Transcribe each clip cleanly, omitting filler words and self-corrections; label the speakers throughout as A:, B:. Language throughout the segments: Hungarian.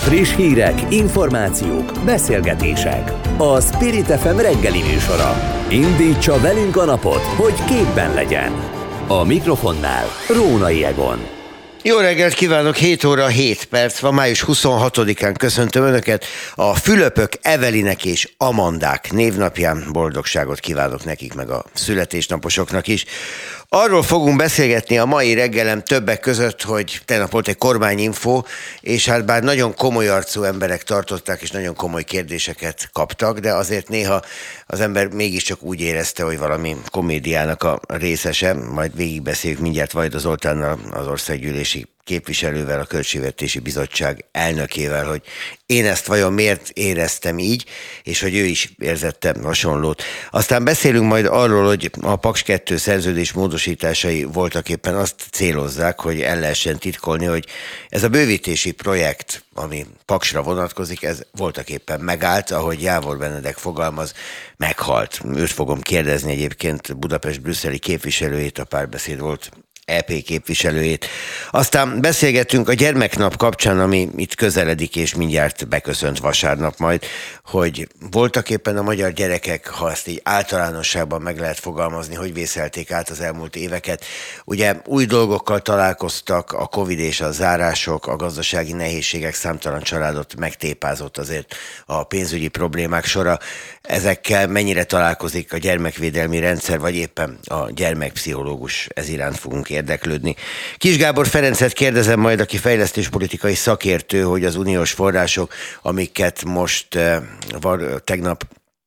A: Friss hírek, információk, beszélgetések. A Spirit FM reggeli műsora. Indítsa velünk a napot, hogy képben legyen. A mikrofonnál Rónai Egon.
B: Jó reggelt kívánok, 7 óra 7 perc van, május 26-án köszöntöm Önöket. A Fülöpök, Evelinek és Amandák névnapján boldogságot kívánok nekik, meg a születésnaposoknak is. Arról fogunk beszélgetni a mai reggelen többek között, hogy tegnap volt egy kormányinfó, és hát bár nagyon komoly arcú emberek tartották, és nagyon komoly kérdéseket kaptak, de azért néha az ember mégiscsak úgy érezte, hogy valami komédiának a részese, majd végigbeszéljük mindjárt Vajda Zoltánnal, az országgyűlési képviselővel, a Költségvetési Bizottság elnökével, hogy én ezt vajon miért éreztem így, és hogy ő is érzette hasonlót. Aztán beszélünk majd arról, hogy a Paks 2 szerződés módosításai voltak éppen azt célozzák, hogy el lehessen titkolni, hogy ez a bővítési projekt, ami Paksra vonatkozik, ez voltak éppen megállt, ahogy Jávor Benedek fogalmaz, meghalt. Őt fogom kérdezni egyébként, Budapest-brüsszeli képviselőjét, a Párbeszéd volt EP képviselőjét. Aztán beszélgetünk a gyermeknap kapcsán, ami itt közeledik, és mindjárt beköszönt vasárnap majd, hogy voltak éppen a magyar gyerekek, ha ezt így általánosságban meg lehet fogalmazni, hogy vészelték át az elmúlt éveket. Ugye új dolgokkal találkoztak, a Covid és a zárások, a gazdasági nehézségek számtalan családot megtépázott azért a pénzügyi problémák sora. Ezekkel mennyire találkozik a gyermekvédelmi rendszer, vagy éppen a gyermekpszichológus, ez iránt fogunk érdeklődni. Kis Gábor Ferencet kérdezem majd, aki fejlesztéspolitikai szakértő, hogy az uniós források, amiket most tegnap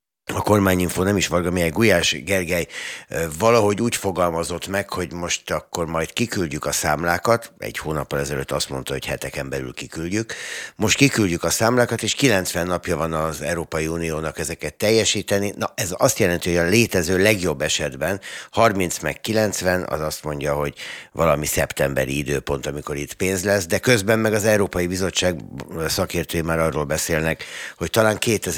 B: a kormányinfó, nem is Varga Mihály, Gulyás Gergely valahogy úgy fogalmazott meg, hogy most akkor majd kiküldjük a számlákat. Egy hónappal ezelőtt azt mondta, hogy heteken belül kiküldjük. Most kiküldjük a számlákat, és 90 napja van az Európai Uniónak ezeket teljesíteni. Na, ez azt jelenti, hogy a létező legjobb esetben 30 meg 90, az azt mondja, hogy valami szeptemberi időpont, amikor itt pénz lesz, de közben meg az Európai Bizottság szakértői már arról beszélnek, hogy talán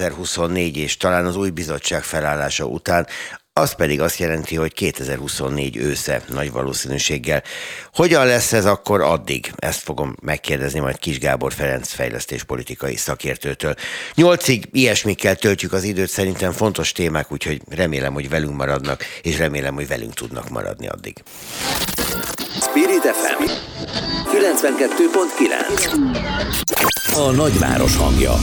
B: 2024 és talán az új bizottság felállása után, az pedig azt jelenti, hogy 2024 ősze nagy valószínűséggel. Hogyan lesz ez akkor addig? Ezt fogom megkérdezni majd Kis Gábor Ferenc fejlesztéspolitikai szakértőtől. 8-ig ilyesmikkel töltjük az időt, szerintem fontos témák, úgyhogy remélem, hogy velünk maradnak, és remélem, hogy velünk tudnak maradni addig.
A: Spirit FM 92.9. A nagyváros hangja.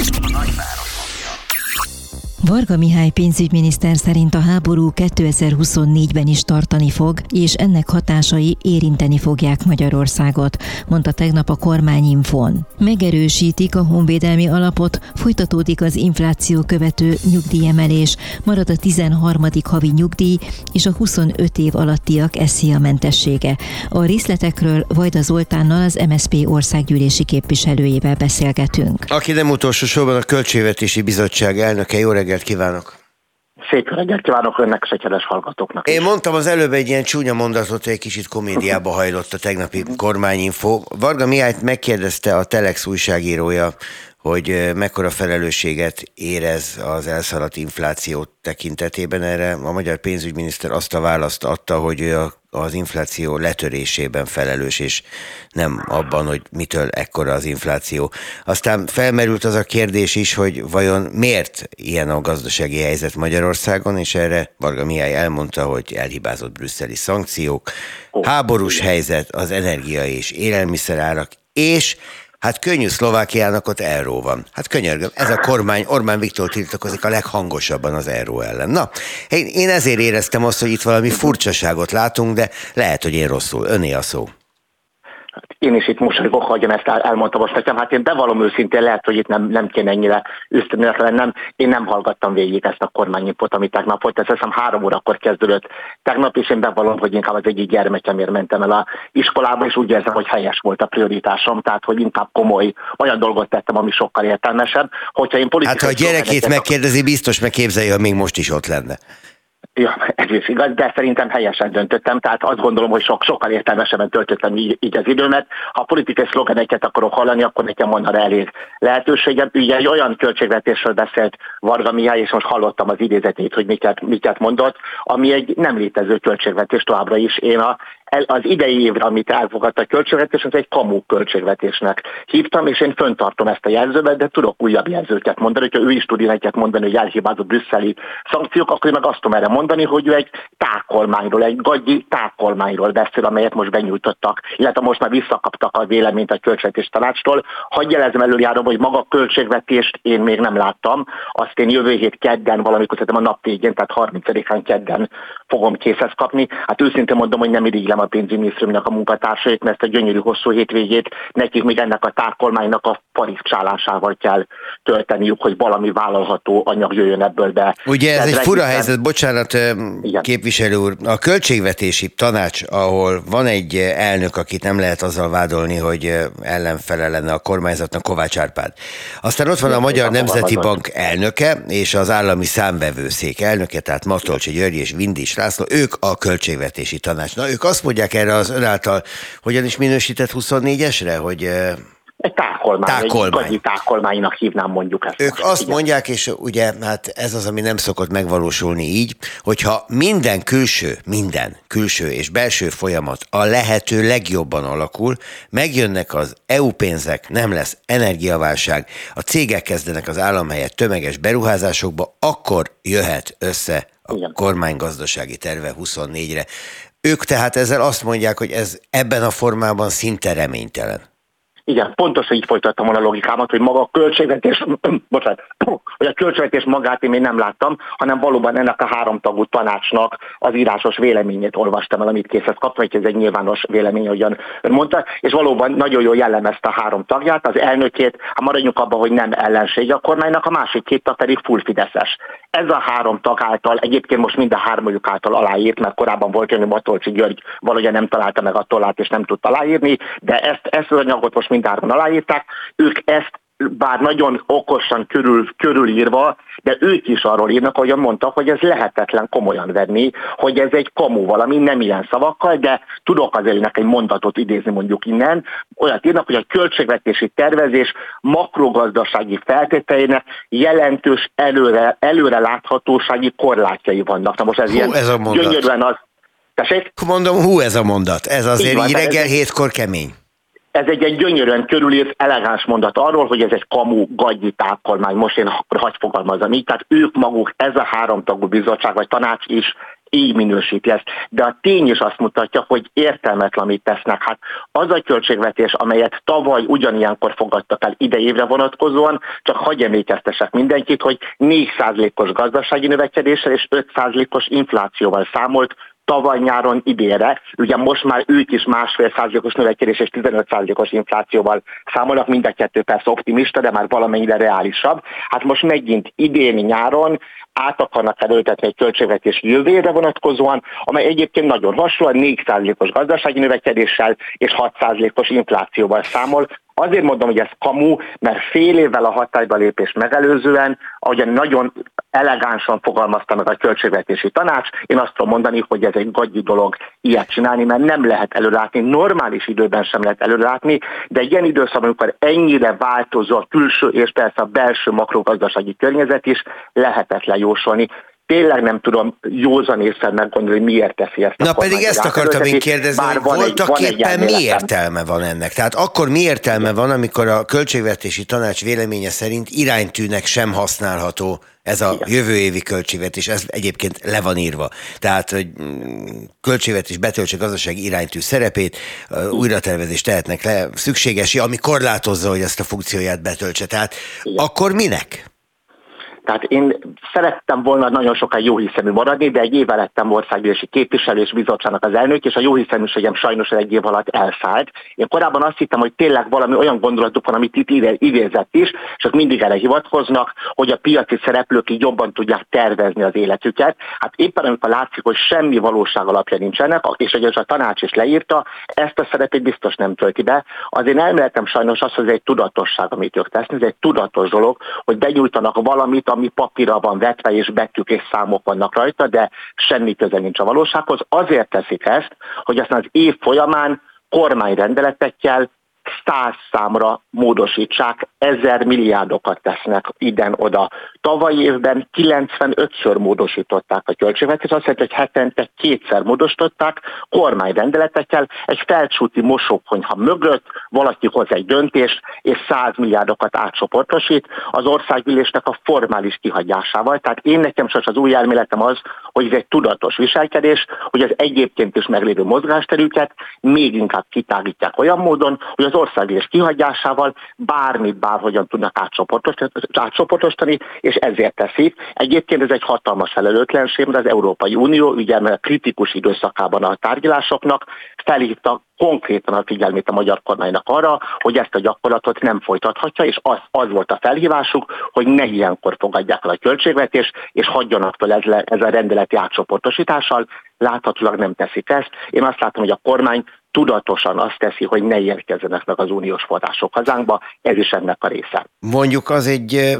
C: Varga Mihály pénzügyminiszter szerint a háború 2024-ben is tartani fog, és ennek hatásai érinteni fogják Magyarországot, mondta tegnap a kormányinfón. Megerősítik a honvédelmi alapot, folytatódik az infláció követő nyugdíjemelés, marad a 13. havi nyugdíj és a 25 év alattiak SZIA-mentessége. A részletekről Vajda Zoltánnal, az MSZP országgyűlési képviselőjével beszélgetünk.
B: Aki nem utolsó sorban a Költségvetési Bizottság elnöke. Jó reggelt kívánok!
D: Szép reggelt kívánok önnek és a kedves hallgatóknak is.
B: Én mondtam az előbb egy ilyen csúnya mondatot, egy kicsit komédiába hajlott a tegnapi kormányinfó. Varga Mihályt megkérdezte a Telex újságírója, hogy mekkora felelősséget érez az elszaladt infláció tekintetében. Erre a magyar pénzügyminiszter azt a választ adta, hogy ő az infláció letörésében felelős, és nem abban, hogy mitől ekkora az infláció. Aztán felmerült az a kérdés is, hogy vajon miért ilyen a gazdasági helyzet Magyarországon, és erre Varga Mihály elmondta, hogy elhibázott brüsszeli szankciók, háborús helyzet, az energia és élelmiszerárak, és hát könnyű Szlovákiának, ott euró van. Hát könyörgöm, ez a kormány Orbán Viktor tiltakozik a leghangosabban az euró ellen. Na, én ezért éreztem azt, hogy itt valami furcsaságot látunk, de lehet, hogy én rosszul. Öné a szó.
D: Én is itt mosolygok, ahogyan ezt elmondtam most nekem. Hát én bevallom őszintén, lehet, hogy itt nem kéne ennyire őszintén lennem. Én nem hallgattam végig ezt a kormányinfót, ami tegnap volt. Ez hiszem 3 órakor kezdődött tegnap, és én bevallom, hogy inkább az egyik gyermekemért mentem el a iskolába, és úgy érzem, hogy helyes volt a prioritásom. Tehát, hogy inkább komoly, olyan dolgot tettem, ami sokkal értelmesebb. Hogyha én
B: hát ha a gyerekét megkérdezi, biztos megképzelje, ha még most is ott lenne.
D: Ja, ez is igaz, de szerintem helyesen döntöttem, tehát azt gondolom, hogy sokkal értelmesebben töltöttem így az időmet. Ha politikai szlogeneket akarok hallani, akkor nekem van arra elég lehetőségem. Ugye egy olyan költségvetésről beszélt Varga Mihály, és most hallottam az idézetét, hogy miket mondott, ami egy nem létező költségvetés továbbra is. Én az idei évre, amit elfogadta a költségvetés, az egy kamu költségvetésnek hívtam, és én föntartom ezt a jelzőmet, de tudok újabb jelzőket mondani, hogyha ő is tud ilyeneket mondani, hogy elhibázott brüsszeli szankciók, akkor én meg azt tudom erre mondani, hogy ő egy tákolmányról, egy gagyi tákolmányról beszél, amelyet most benyújtottak, illetve most már visszakaptak a véleményt a költségvetés tanácstól. Hadd jelezem előjáróba, hogy maga a költségvetést én még nem láttam, azt én jövő hét kedden, valamikor szerintem a nap végén, tehát 30-án kedden fogom készhez kapni. Hát őszintén mondom, hogy nem irigylem a pénzügyminisztériumnak a munkatársait, mert ezt a gyönyörű hosszú hétvégét nekik még ennek a tárkolmánynak a parikcsálásával kell tölteniük, hogy valami vállalható anyag jöjjön ebből be.
B: Ugye ez egy fura helyzet, bocsánat, képviselő úr, a költségvetési tanács, ahol van egy elnök, akit nem lehet azzal vádolni, hogy ellenfele lenne a kormányzatnak, Kovács Árpád. Aztán ott van a Magyar Nemzeti Bank elnöke és az állami számvevőszék elnöke, tehát Matolcsy György és Vindis László, ők a költségvetési tanács. Na, ők azt mondják erre az ön által, hogyan is minősített 24-esre, hogy...
D: Egy tákolmány. Egy tákolmánynak hívnám mondjuk ezt.
B: Ők
D: most,
B: azt mondják, és ugye hát ez az, ami nem szokott megvalósulni így, hogyha minden külső és belső folyamat a lehető legjobban alakul, megjönnek az EU pénzek, nem lesz energiaválság, a cégek kezdenek az állam helyett tömeges beruházásokba, akkor jöhet össze a kormány gazdasági terve 24-re. Ők tehát ezzel azt mondják, hogy ez ebben a formában szinte reménytelen.
D: Igen, pontosan így folytattam volna a logikámat, hogy maga a költségvetés, hogy a költségvetés magát én még nem láttam, hanem valóban ennek a 3 tagú tanácsnak az írásos véleményét olvastam el, amit készhez kaptam, hogy ez egy nyilvános vélemény, ahogyan ön mondta, és valóban nagyon jól jellemezte a 3 tagját, az elnökét, maradjunk abban, hogy nem ellensége a kormánynak, a másik 2 tag pedig full fideszes. Ez a 3 tag által, egyébként most mind a 3 által aláírt, mert korábban volt olyan, hogy Matolcsy György valahogy nem találta meg a tollát, és nem tudta aláírni, de ezt az anyagot most mindárban aláírták. Ők ezt bár nagyon okosan körülírva, de ők is arról írnak, ahogyan mondtak, hogy ez lehetetlen komolyan venni, hogy ez egy kamu valami, nem ilyen szavakkal, de tudok azért egy mondatot idézni mondjuk innen, olyat írnak, hogy a költségvetési tervezés makrogazdasági feltételeinek jelentős előre láthatósági korlátjai vannak. Na most ez ilyen gyönyörűen az... Tessék?
B: Mondom, ez a mondat, ez azért így reggel 7-kor kemény.
D: Ez egy gyönyörűen körülírt, elegáns mondat arról, hogy ez egy kamu gagyi tákolmány. Most én hagy fogalmazom így, tehát ők maguk, ez a 3 tagú bizottság vagy tanács is így minősíti ezt. De a tény is azt mutatja, hogy értelmetlen, amit tesznek. Hát az a költségvetés, amelyet tavaly ugyanilyenkor fogadtak el idejévre vonatkozóan, csak hagy emlékeztessek mindenkit, hogy 4%-os gazdasági növekedéssel és 5%-os inflációval számolt tavaly nyáron idénre. Ugye most már ők is 1,5%-os növekedés és 15%-os inflációval számolnak, mind a kettő persze optimista, de már valamennyire reálisabb. Hát most megint idén nyáron át akarnak előtetni egy költségvetés jövőre vonatkozóan, amely egyébként nagyon hasonló, 4%-os gazdasági növekedéssel és 6%-os inflációval számol. Azért mondom, hogy ez kamu, mert fél évvel a hatályba lépés megelőzően, ahogyan nagyon elegánsan fogalmazta meg a költségvetési tanács, én azt tudom mondani, hogy ez egy gagyi dolog ilyet csinálni, mert nem lehet előlátni, normális időben sem lehet előlátni, de egy ilyen időszakban, amikor ennyire változó a külső és persze a belső makrogazdasági környezet is, lehetetlen jósolni. Tényleg nem tudom józan észre meggondolni, hogy miért teszi ezt.
B: Na pedig ezt akartam én kérdezni, hogy voltak éppen mi értelme van ennek? Tehát akkor mi értelme van, amikor a költségvetési tanács véleménye szerint iránytűnek sem használható ez a jövő évi költségvetés, ez egyébként le van írva. Tehát, hogy költségvetés betöltse gazdasági iránytű szerepét, újratervezést tehetnek le, szükséges, ami korlátozza, hogy ezt a funkcióját betöltse. Tehát akkor minek?
D: Tehát én szerettem volna nagyon sokáig jóhiszemű maradni, de egy éve lettem országgyűlési képviselő és bizottságnak az elnök, és a jóhiszeműségem sajnos egy év alatt elszállt. Én korábban azt hittem, hogy tényleg valami olyan gondolatuk van, amit itt idézett is, csak mindig erre hivatkoznak, hogy a piaci szereplők így jobban tudják tervezni az életüket. Hát éppen amikor látszik, hogy semmi valóság alapja nincsenek, és hogy a tanács is leírta, ezt a szerepét biztos nem tölti be. Az én elméletem sajnos az, hogy ez egy tudatosság, amit ők tesznek, ez egy tudatos dolog, hogy benyújtanak valamit, ami papírra van vetve, és betűk és számok vannak rajta, de semmi köze nincs a valósághoz. Azért teszik ezt, hogy aztán az év folyamán kormányrendeletekkel 100 számra módosítsák 1000 milliárdokat tesznek iden-oda. Tavaly évben 95-ször módosították a költségvetést, azt jelenti, hogy hetente 2-szer módosították kormányrendeletekkel, egy felcsúti mosókonyha mögött valaki hoz egy döntést, és 100 milliárdokat átcsoportosít az országgyűlésnek a formális kihagyásával. Tehát én nekem csak az új elméletem az, hogy ez egy tudatos viselkedés, hogy az egyébként is meglévő mozgásterüket még inkább kitágítják olyan módon, hogy az országgyűlés kihagyásával bármit bárhogyan tudnak átcsoportosítani, és ezért teszik. Egyébként ez egy hatalmas felelőtlenség, mert az Európai Unió ugye a kritikus időszakában a tárgyalásoknak felhívta konkrétan a figyelmét a magyar kormánynak arra, hogy ezt a gyakorlatot nem folytathatja, és az volt a felhívásuk, hogy ne ilyenkor fogadják el a költségvetést, és hagyjanak fel ez a rendeleti átcsoportosítással. Láthatólag nem teszik ezt. Én azt látom, hogy a kormány tudatosan azt teszi, hogy ne érkezzenek meg az uniós források hazánkba, ez is ennek a része.
B: Mondjuk az egy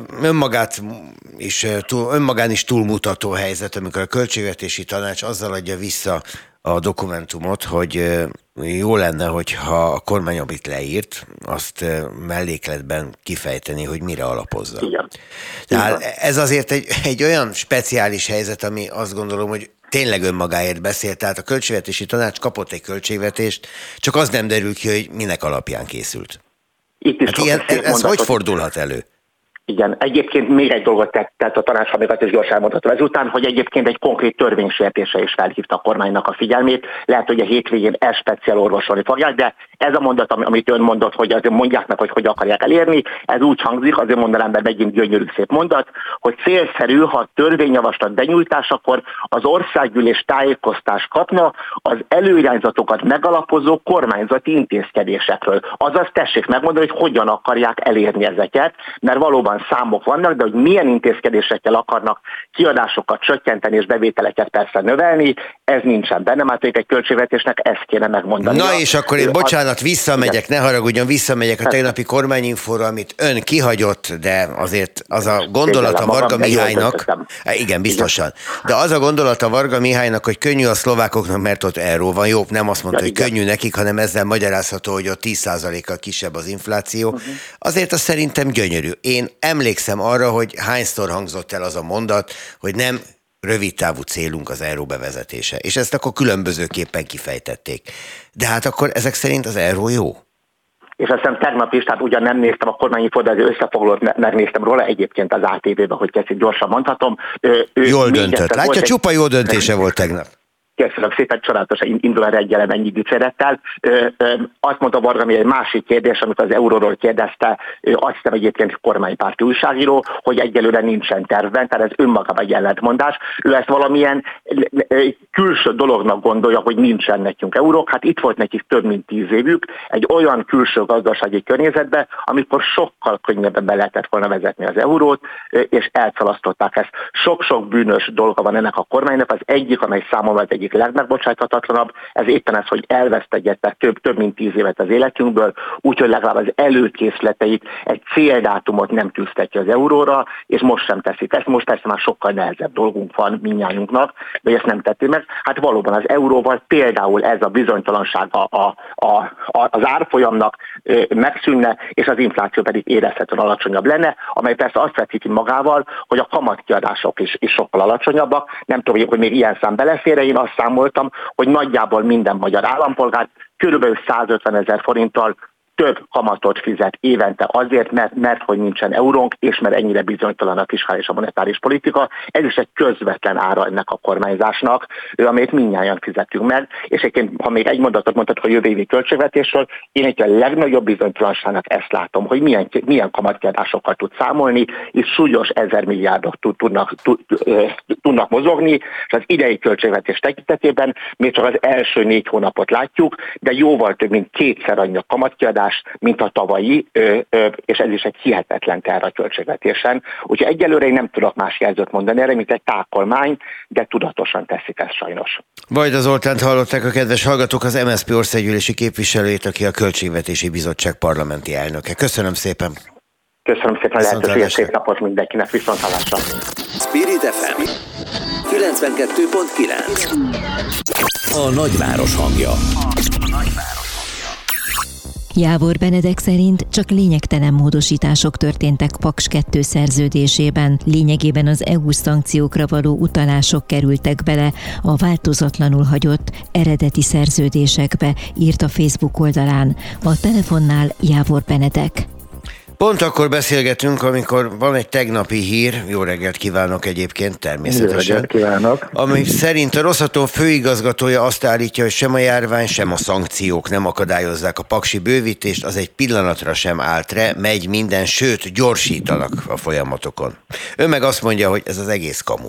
B: önmagán is túlmutató helyzet, amikor a Költségvetési Tanács azzal adja vissza a dokumentumot, hogy jó lenne, hogyha a kormány, amit leírt, azt mellékletben kifejteni, hogy mire alapozza.
D: Igen.
B: Tehát ez azért egy olyan speciális helyzet, ami azt gondolom, hogy tényleg önmagáért beszél, tehát a Költségvetési Tanács kapott egy költségvetést, csak az nem derül ki, hogy minek alapján készült.
D: Itt is
B: ez hogy fordulhat elő?
D: Igen, egyébként még egy dolgot tett a tanács, amiket is gyorsan elmondhatom ezután, hogy egyébként egy konkrét törvénysértése is felhívta a kormánynak a figyelmét. Lehet, hogy a hétvégén ezt speciál orvosolni fogják, de ez a mondat, amit ön mondott, hogy azért mondják meg, hogy akarják elérni, ez úgy hangzik, azért mondanám, mert megint gyönyörű szép mondat, hogy célszerű, ha a törvényjavaslat benyújtásakor az országgyűlés tájékoztást kapna az előirányzatokat megalapozó kormányzati intézkedésekről. Azaz tessék megmondani, hogy hogyan akarják elérni ezeket, mert valóban számok vannak, de hogy milyen intézkedésekkel akarnak kiadásokat csökkenteni és bevételeket persze növelni, ez nincsen benne, már egy költségvetésnek ezt kéne megmondani.
B: Na és akkor én bocsánat, visszamegyek, ne haragudjon, visszamegyek a tegnapi kormányinfóra, amit ön kihagyott, de azért az a gondolata Varga Mihálynak, igen, biztosan, de az a gondolata Varga Mihálynak, hogy könnyű a szlovákoknak, mert ott euró van, jó, nem azt mondta, hogy könnyű nekik, hanem ezzel magyarázható, hogy ott 10%-kal kisebb az infláció, azért az szerintem gyönyörű. Én emlékszem arra, hogy hányszor hangzott el az a mondat, hogy nem rövidtávú célunk az euró bevezetése. És ezt akkor különbözőképpen kifejtették. De hát akkor ezek szerint az euró jó?
D: És azt hiszem tegnap is, tehát ugyan nem néztem a kormányinfót, de az összefoglalót megnéztem róla, egyébként az ATV-ben, hogy ezt gyorsan mondhatom.
B: Jól döntött. Látja, csupa jó döntése volt tegnap.
D: Köszönöm szépen, csodálatosan indul a reggel ennyi dicsérettel. Azt mondta Varga, hogy egy másik kérdés, amit az euróról kérdezte, azt hiszem egyébként kormánypárti újságíró, hogy egyelőre nincsen tervben, tehát ez önmagában egy ellentmondás. Ő ezt valamilyen külső dolognak gondolja, hogy nincsen nekünk eurók. Hát itt volt nekik több mint 10 évük, egy olyan külső gazdasági környezetbe, amikor sokkal könnyebben be lehetett volna vezetni az eurót, és elszalasztották ezt. Sok-sok bűnös dolga van ennek a kormánynak, az egyik, amely számomra egyik legmegbocsáthatlanabb, ez éppen ez, hogy elvesztegettek több mint 10 évet az életünkből, úgyhogy legalább az előkészleteit, egy céldátumot nem tűztek ki az euróra, és most sem teszik ezt. Most persze már sokkal nehezebb dolgunk van mindnyájunknak, de ezt nem tették meg. Hát valóban az euróval például ez a bizonytalanság az árfolyamnak megszűnne, és az infláció pedig érezhetően alacsonyabb lenne, amely persze azt vetíti magával, hogy a kamatkiadások is sokkal alacsonyabbak. Nem tudom, hogy még ilyen szám belefér, én azt számoltam, hogy nagyjából minden magyar állampolgár körülbelül 150 000 forinttal több kamatot fizet évente azért, mert hogy nincsen eurónk, és mert ennyire bizonytalan a fiskális és a monetáris politika. Ez is egy közvetlen ára ennek a kormányzásnak, amelyet mindnyájan fizetünk meg. És egyébként, ha még egy mondatot mondtad, hogy jövő évi költségvetésről, én egy a legnagyobb bizonytalanságnak ezt látom, hogy milyen kamatkiadásokkal tud számolni, és súlyos 1000 milliárdok tudnak mozogni, és az idei költségvetés tekintetében még csak az első 4 hónapot látjuk, de jóval több mint 2-szer annyi a kamatkiadás, mint a tavalyi, és ez is egy hihetetlen terv a költségvetésen. Úgyhogy egyelőre én nem tudok más jelzőt mondani erre, mint egy tákolmány, de tudatosan teszik ezt sajnos. Vajda
B: Zoltánt hallották a kedves hallgatók, az MSZP országgyűlési képviselőjét, aki a Költségvetési Bizottság parlamenti elnöke. Köszönöm szépen!
D: Köszönöm szépen a lehetőséget, szép napot mindenkinek, viszonthallásra!
A: Spirit FM 92.9 A nagyváros hangja.
C: Jávor Benedek szerint csak lényegtelen módosítások történtek Paks 2 szerződésében. Lényegében az EU szankciókra való utalások kerültek bele a változatlanul hagyott eredeti szerződésekbe, írt a Facebook oldalán. A telefonnál Jávor Benedek.
B: Pont akkor beszélgetünk, amikor van egy tegnapi hír, jó reggelt kívánok egyébként természetesen.
E: Jó reggelt kívánok.
B: Ami szerint a Rosatom főigazgatója azt állítja, hogy sem a járvány, sem a szankciók nem akadályozzák a paksi bővítést, az egy pillanatra sem állt re, megy minden, sőt gyorsítanak a folyamatokon. Ő meg azt mondja, hogy ez az egész kamu.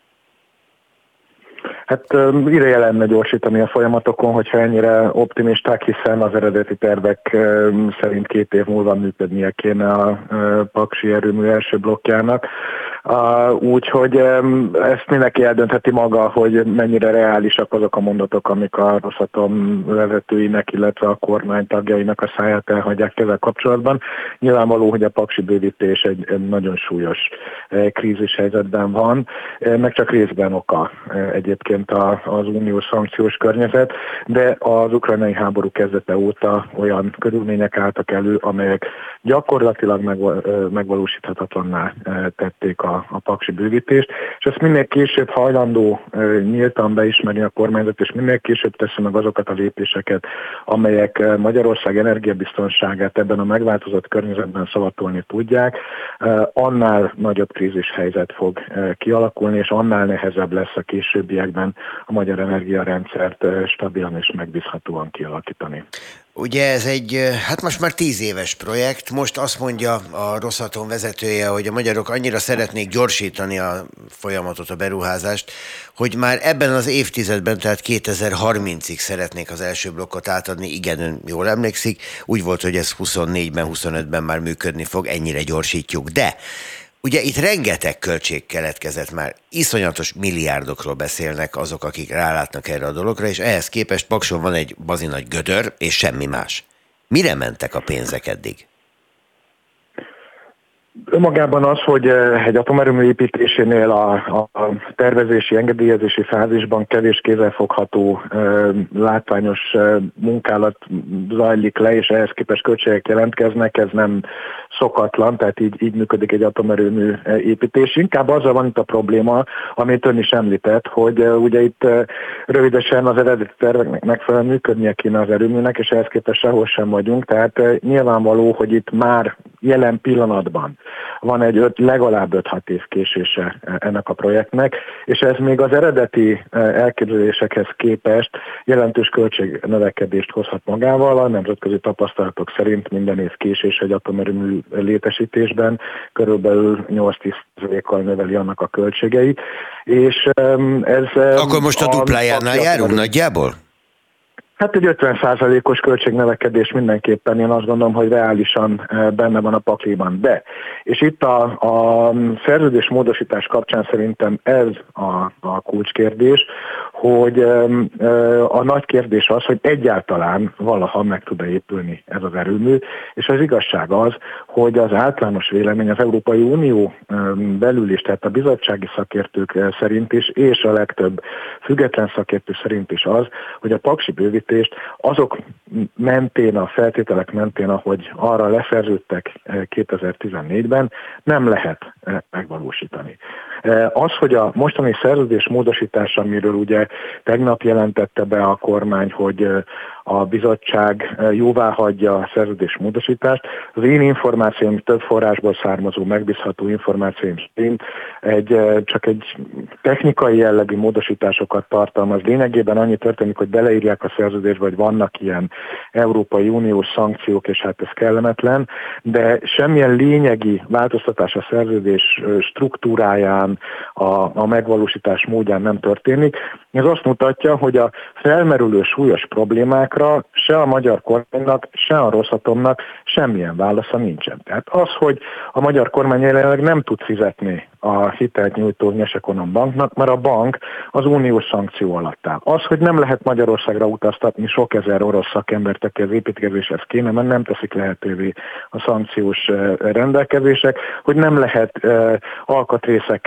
E: Hát ideje lenne gyorsítani a folyamatokon, hogyha ennyire optimisták, hiszen az eredeti tervek szerint 2 év múlva működnie kéne a paksi erőmű első blokkjának. Úgyhogy ezt mindenki eldöntheti maga, hogy mennyire reálisak azok a mondatok, amik a Rosatom vezetőinek, illetve a kormány tagjainak a száját elhagyják ezzel kapcsolatban. Nyilvánvaló, hogy a paksi bővítés egy nagyon súlyos krízis helyzetben van, meg csak részben oka egyébként az uniós szankciós környezet, de az ukrajnai háború kezdete óta olyan körülmények álltak elő, amelyek gyakorlatilag megvalósíthatatlanná tették a paksi bővítést, és ezt minél később hajlandó nyíltan beismerni a kormányzat, és minél később teszi meg azokat a lépéseket, amelyek Magyarország energiabiztonságát ebben a megváltozott környezetben szavatolni tudják, annál nagyobb krízis helyzet fog kialakulni, és annál nehezebb lesz a későbbiekben a magyar energiarendszert stabilan és megbízhatóan kialakítani.
B: Ugye ez hát most már 10 éves projekt, most azt mondja a Rosatom vezetője, hogy a magyarok annyira szeretnék gyorsítani a folyamatot, a beruházást, hogy már ebben az évtizedben, tehát 2030-ig szeretnék az első blokkot átadni, igen, ön jól emlékszik, úgy volt, hogy ez 24-ben, 25-ben már működni fog, ennyire gyorsítjuk, de ugye itt rengeteg költség keletkezett már, iszonyatos milliárdokról beszélnek azok, akik rálátnak erre a dologra, és ehhez képest Pakson van egy bazinagy gödör, és semmi más. Mire mentek a pénzek eddig?
E: Önmagában az, hogy egy atomerőmű építésénél a tervezési, engedélyezési fázisban kevés kézzelfogható, látványos munkálat zajlik le, és ehhez képest költségek jelentkeznek, ez nem szokatlan, tehát így működik egy atomerőmű építés. Inkább azzal van itt a probléma, amit ön is említett, hogy ugye itt rövidesen az eredeti terveknek megfelelően működnie kéne az erőműnek, és ehhez képest sehol sem vagyunk, tehát nyilvánvaló, hogy itt már jelen pillanatban van egy legalább 5-6 év késése ennek a projektnek, és ez még az eredeti elképzelésekhez képest jelentős költségnövekedést hozhat magával. A nemzetközi tapasztalatok szerint minden év késés egy atomerőmű létesítésben körülbelül 8-10%-kal növeli annak a költségeit. És ez...
B: Akkor most a duplájánál járunk nagyjából?
E: Hát egy 50%-os költségnövekedés mindenképpen, én azt gondolom, hogy reálisan benne van a pakliban. De, és itt a szerződés módosítás kapcsán szerintem ez a kulcskérdés, hogy a nagy kérdés az, hogy egyáltalán valaha meg tud-e épülni ez az erőmű, és az igazság az, hogy az általános vélemény az Európai Unió belül is, tehát a bizottsági szakértők szerint is, és a legtöbb független szakértő szerint is az, hogy a paksi bővítést azok mentén, a feltételek mentén, ahogy arra leszerződtek 2014-ben, nem lehet megvalósítani. Az, hogy a mostani szerződés módosítása, amiről ugye tegnap jelentette be a kormány, hogy a bizottság jóváhagyja a szerződés módosítást. Az én információim, több forrásból származó megbízható információim szerint csak egy technikai jellegű módosításokat tartalmaz. Lényegében annyi történik, hogy beleírják a szerződésbe, hogy vannak ilyen Európai Uniós szankciók, és hát ez kellemetlen, de semmilyen lényegi változtatás a szerződés struktúráján, a megvalósítás módján nem történik. Ez azt mutatja, hogy a felmerülő súlyos problémákra se a magyar kormánynak, se a Rosatomnak semmilyen válasza nincsen. Tehát az, hogy a magyar kormány jelenleg nem tud fizetni a hitelt nyújtó Nyesekonom banknak, mert a bank az uniós szankció alatt áll. Az, hogy nem lehet Magyarországra utaztatni sok ezer orosz szakembert, aki az építkezéshez kéne, mert nem teszik lehetővé a szankciós rendelkezések, hogy nem lehet alkatrészeket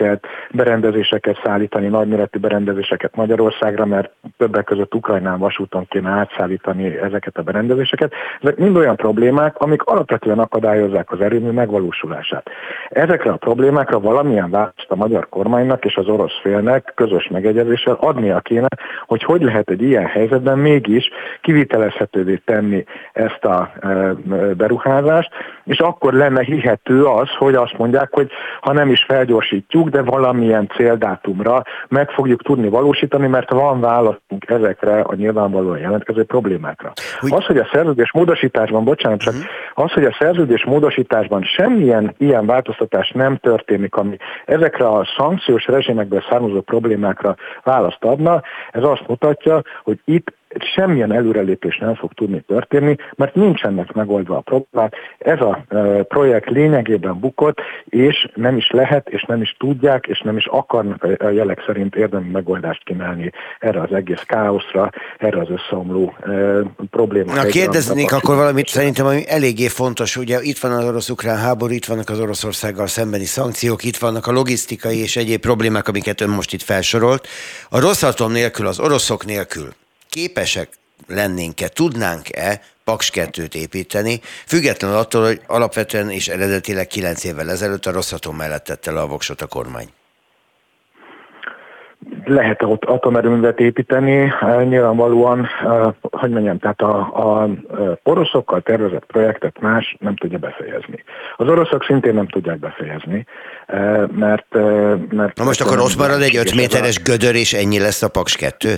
E: lehet berendezéseket szállítani, nagyméretű berendezéseket Magyarországra, mert többek között Ukrajnán vasúton kéne átszállítani ezeket a berendezéseket. Ezek mind olyan problémák, amik alapvetően akadályozzák az erőmű megvalósulását. Ezekre a problémákra valamilyen választ a magyar kormánynak és az orosz félnek közös megegyezéssel adnia kéne, hogy lehet egy ilyen helyzetben mégis kivitelezhetővé tenni ezt a beruházást, és akkor lenne hihető az, hogy azt mondják, hogy ha nem is felgyorsítjuk, de valamilyen céldátumra meg fogjuk tudni valósítani, mert van választunk ezekre a nyilvánvalóan jelentkező problémákra. Az, hogy a szerződés módosításban, az, hogy a szerződés módosításban semmilyen ilyen változtatás nem történik, ami ezekre a szankciós rezsimekből származó problémákra választ adna, ez azt mutatja, hogy itt semmilyen előrelépés nem fog tudni történni, mert nincsenek megoldva a problémák. Ez a projekt lényegében bukott, és nem is lehet, és nem is tudják, és nem is akarnak a jelek szerint érdemi megoldást kínálni erre az egész káoszra, erre az összeomló problémára.
B: Kérdeznék akkor valamit szerintem, ami eléggé fontos. Ugye itt van az orosz-ukrán háború, itt vannak az Oroszországgal szembeni szankciók, itt vannak a logisztikai és egyéb problémák, amiket ön most itt felsorolt. A Rosatom nélkül, az oroszok nélkül képesek lennénk-e, tudnánk-e Paks 2-t építeni, függetlenül attól, hogy alapvetően és eredetileg 9 évvel ezelőtt a Rosatom mellett tette le a voksot a kormány?
E: Lehet ott atomerőművet építeni, nyilvánvalóan, tehát a oroszokkal tervezett projektet más nem tudja befejezni. Az oroszok szintén nem tudják befejezni, mert na
B: most akkor ott marad egy 5 méteres gödör, és ennyi lesz a Paks 2?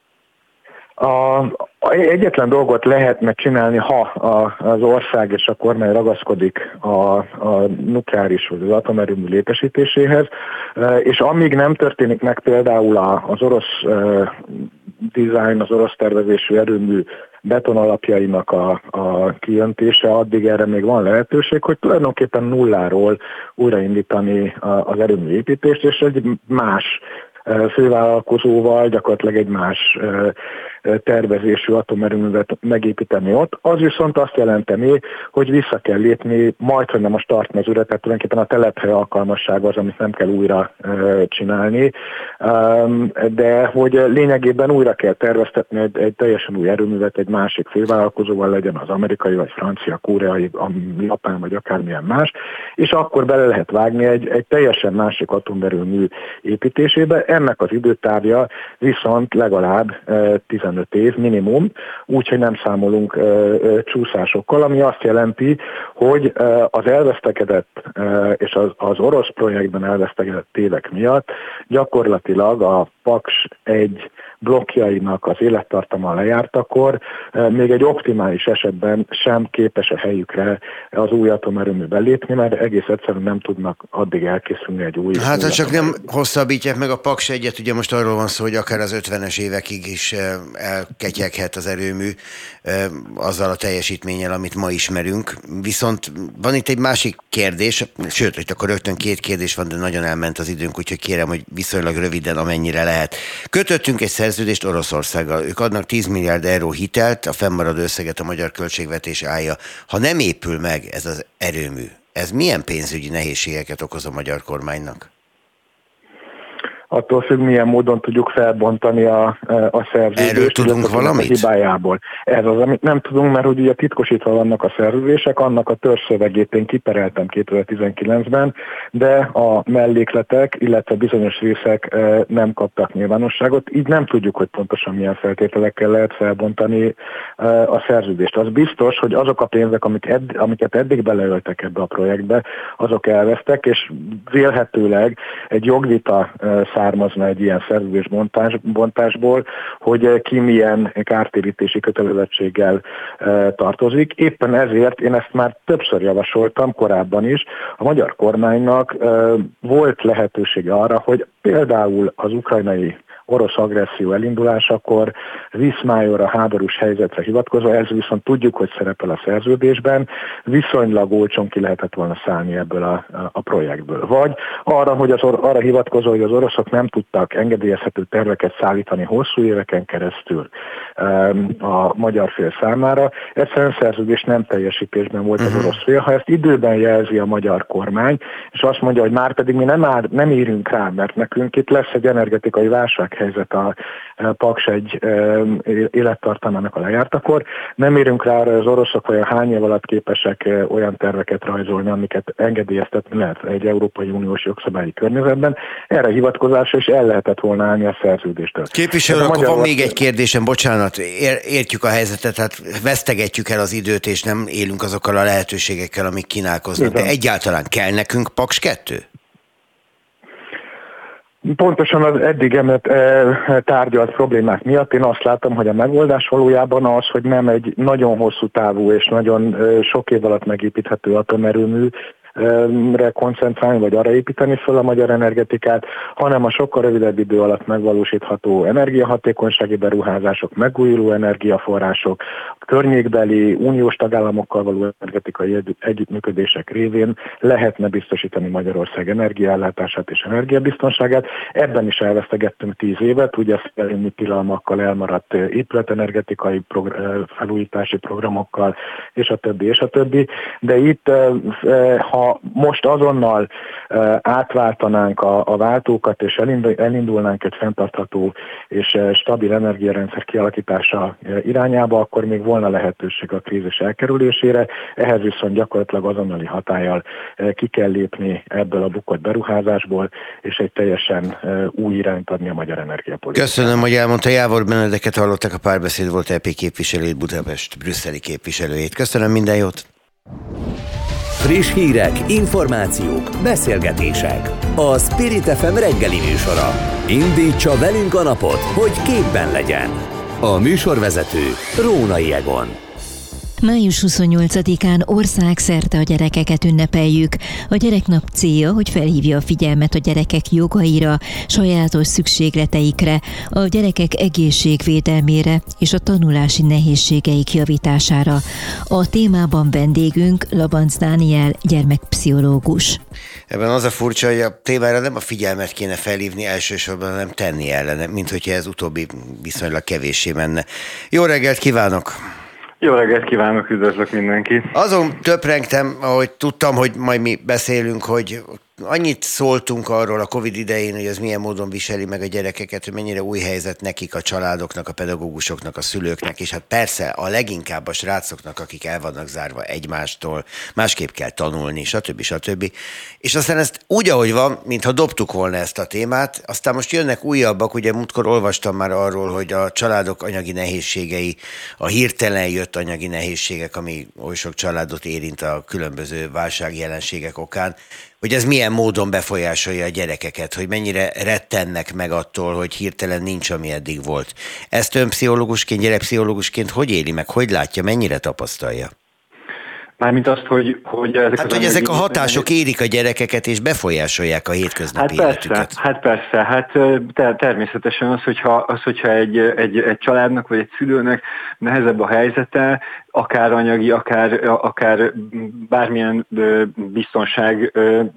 E: Egyetlen dolgot lehetne csinálni, ha az ország és a kormány ragaszkodik a nukleáris vagy az atomerőmű létesítéséhez, és amíg nem történik meg például az orosz design, az orosz tervezésű erőmű betonalapjainak a kijöntése, addig erre még van lehetőség, hogy tulajdonképpen nulláról újraindítani az erőmű építést, és egy más fővállalkozóval, gyakorlatilag egy más tervezésű atomerőművet megépíteni ott. Az viszont azt jelenteni, hogy vissza kell lépni, majdhogy nem a startmezőre, tehát tulajdonképpen a telephely alkalmasság az, amit nem kell újra csinálni, de hogy lényegében újra kell terveztetni egy teljesen új erőművet egy másik fővállalkozóval, legyen az amerikai, vagy francia, koreai, japán, vagy akármilyen más, és akkor bele lehet vágni egy teljesen másik atomerőmű építésébe. Ennek az időtávja viszont legalább 15 év minimum, úgyhogy nem számolunk csúszásokkal, ami azt jelenti, hogy az elvesztekedett és az orosz projektben elvesztekedett évek miatt gyakorlatilag a Paks 1 blokkjainak az élettartama lejártakor még egy optimális esetben sem képes a helyükre az új atomerőműben lépni, mert egész egyszerűen nem tudnak addig elkészülni egy új...
B: Hát ha csak nem hosszabbítják meg a Paks 1-et, ugye most arról van szó, hogy akár az 50-es évekig is elketyeghet az erőmű azzal a teljesítménnyel, amit ma ismerünk. Viszont van itt egy másik kérdés, sőt, hogy akkor rögtön 2 kérdés van, de nagyon elment az időnk, úgyhogy kérem, hogy viszonylag röviden, amennyire lehet. Kötöttünk egy szerződést Oroszországgal. Ők adnak 10 milliárd euró hitelt, a fennmaradó összeget a magyar költségvetés állja. Ha nem épül meg ez az erőmű, ez milyen pénzügyi nehézségeket okoz a magyar kormánynak?
E: Attól függ, milyen módon tudjuk felbontani a szerződést.
B: Erről tudunk valamit?
E: Hibájából. Ez az, amit nem tudunk, mert ugye titkosítva vannak a szerződések, annak a törzszövegét én kipereltem 2019-ben, de a mellékletek, illetve bizonyos részek nem kaptak nyilvánosságot, így nem tudjuk, hogy pontosan milyen feltételekkel lehet felbontani a szerződést. Az biztos, hogy azok a pénzek, amiket eddig beleöltek ebbe a projektbe, azok elvesztek, és vélhetőleg egy jogvita származna egy ilyen szerződésbontásból, hogy ki milyen kártérítési kötelezettséggel tartozik. Éppen ezért én ezt már többször javasoltam korábban is. A magyar kormánynak volt lehetősége arra, hogy például az ukrajnai orosz agresszió elindulásakor viszmájorra, háborús helyzetre hivatkozva, ez viszont tudjuk, hogy szerepel a szerződésben, viszonylag olcsón ki lehetett volna szállni ebből a projektből. Vagy arra hivatkozva, hogy az oroszok nem tudtak engedélyezhető terveket szállítani hosszú éveken keresztül a magyar fél számára. Egyszerűen szerződés nem teljesítésben volt az orosz fél. Ha ezt időben jelzi a magyar kormány, és azt mondja, hogy már pedig mi nem írünk rá, mert nekünk itt lesz egy energetikai válsághelyzet a Paks egy élettartamának a lejártakor, nem írunk rá, hogy az oroszok olyan hány év alatt képesek olyan terveket rajzolni, amiket engedélyeztetni lehet egy Európai Uniós jogszabályi környezetben. Erre hivatkozásra is el lehetett volna állni a szerződéstől.
B: Képviselő, akkor van még egy kérdésem, bocsánat, értjük a helyzetet, hát vesztegetjük el az időt, és nem élünk azokkal a lehetőségekkel, amik kínálkoznak. De egyáltalán kell nekünk Paks 2?
E: Pontosan az eddig tárgyalt problémák miatt én azt látom, hogy a megoldás valójában az, hogy nem egy nagyon hosszú távú és nagyon sok év alatt megépíthető atomerőmű koncentrálni, vagy arra építeni föl a magyar energetikát, hanem a sokkal rövidebb idő alatt megvalósítható energiahatékonysági beruházások, megújuló energiaforrások, környékbeli uniós tagállamokkal való energetikai együttműködések révén lehetne biztosítani Magyarország energiaellátását és energiabiztonságát. Ebben is elvesztegettünk 10 évet, ugye a szellemi tilalmakkal elmaradt épületenergetikai felújítási programokkal, és a többi. De itt, ha most azonnal átváltanánk a váltókat, és elindulnánk egy fenntartható és stabil energiarendszer kialakítása irányába, akkor még volna lehetőség a krízis elkerülésére. Ehhez viszont gyakorlatilag azonnali hatállyal ki kell lépni ebből a bukott beruházásból, és egy teljesen új irányt adni a magyar energiapolitikának.
B: Köszönöm, hogy elmondta. Jávor Benedeket hallottak, a Párbeszéd volt EP képviselőjét, Budapest brüsszeli képviselőjét. Köszönöm, minden jót!
A: Friss hírek, információk, beszélgetések. A Spirit FM reggeli műsora. Indítsa velünk a napot, hogy képben legyen. A műsorvezető Rónai Egon.
C: Május 28-án országszerte a gyerekeket ünnepeljük. A gyereknap célja, hogy felhívja a figyelmet a gyerekek jogaira, sajátos szükségleteikre, a gyerekek egészségvédelmére és a tanulási nehézségeik javítására. A témában vendégünk Labanc Dániel, gyermekpszichológus.
B: Ebben az a furcsa, hogy a témára nem a figyelmet kéne felhívni elsősorban, nem tenni ellene, mint hogyha ez utóbbi viszonylag kevéssé menne. Jó reggelt kívánok!
F: Jó reggelt kívánok, üdvözlök mindenkit!
B: Azon töprengtem, ahogy tudtam, hogy majd mi beszélünk, hogy annyit szóltunk arról a Covid idején, hogy ez milyen módon viseli meg a gyerekeket, hogy mennyire új helyzet nekik, a családoknak, a pedagógusoknak, a szülőknek, és hát persze a leginkább a srácoknak, akik el vannak zárva egymástól, másképp kell tanulni, stb. És aztán ezt úgy, ahogy van, mintha dobtuk volna ezt a témát, aztán most jönnek újabbak, ugye múltkor olvastam már arról, hogy a családok anyagi nehézségei, a hirtelen jött anyagi nehézségek, ami oly sok családot érint a különböző válságjelenségek okán, hogy ez milyen módon befolyásolja a gyerekeket, hogy mennyire rettennek meg attól, hogy hirtelen nincs, ami eddig volt. Ezt ön pszichológusként, gyerekpszichológusként hogy éli meg, hogy látja, mennyire tapasztalja?
F: Mármint azt, hogy
B: ezek a hatások érik a gyerekeket, és befolyásolják a hétköznapi életüket.
F: Hát persze, természetesen hogyha egy családnak, vagy egy szülőnek nehezebb a helyzete, akár anyagi, akár bármilyen biztonság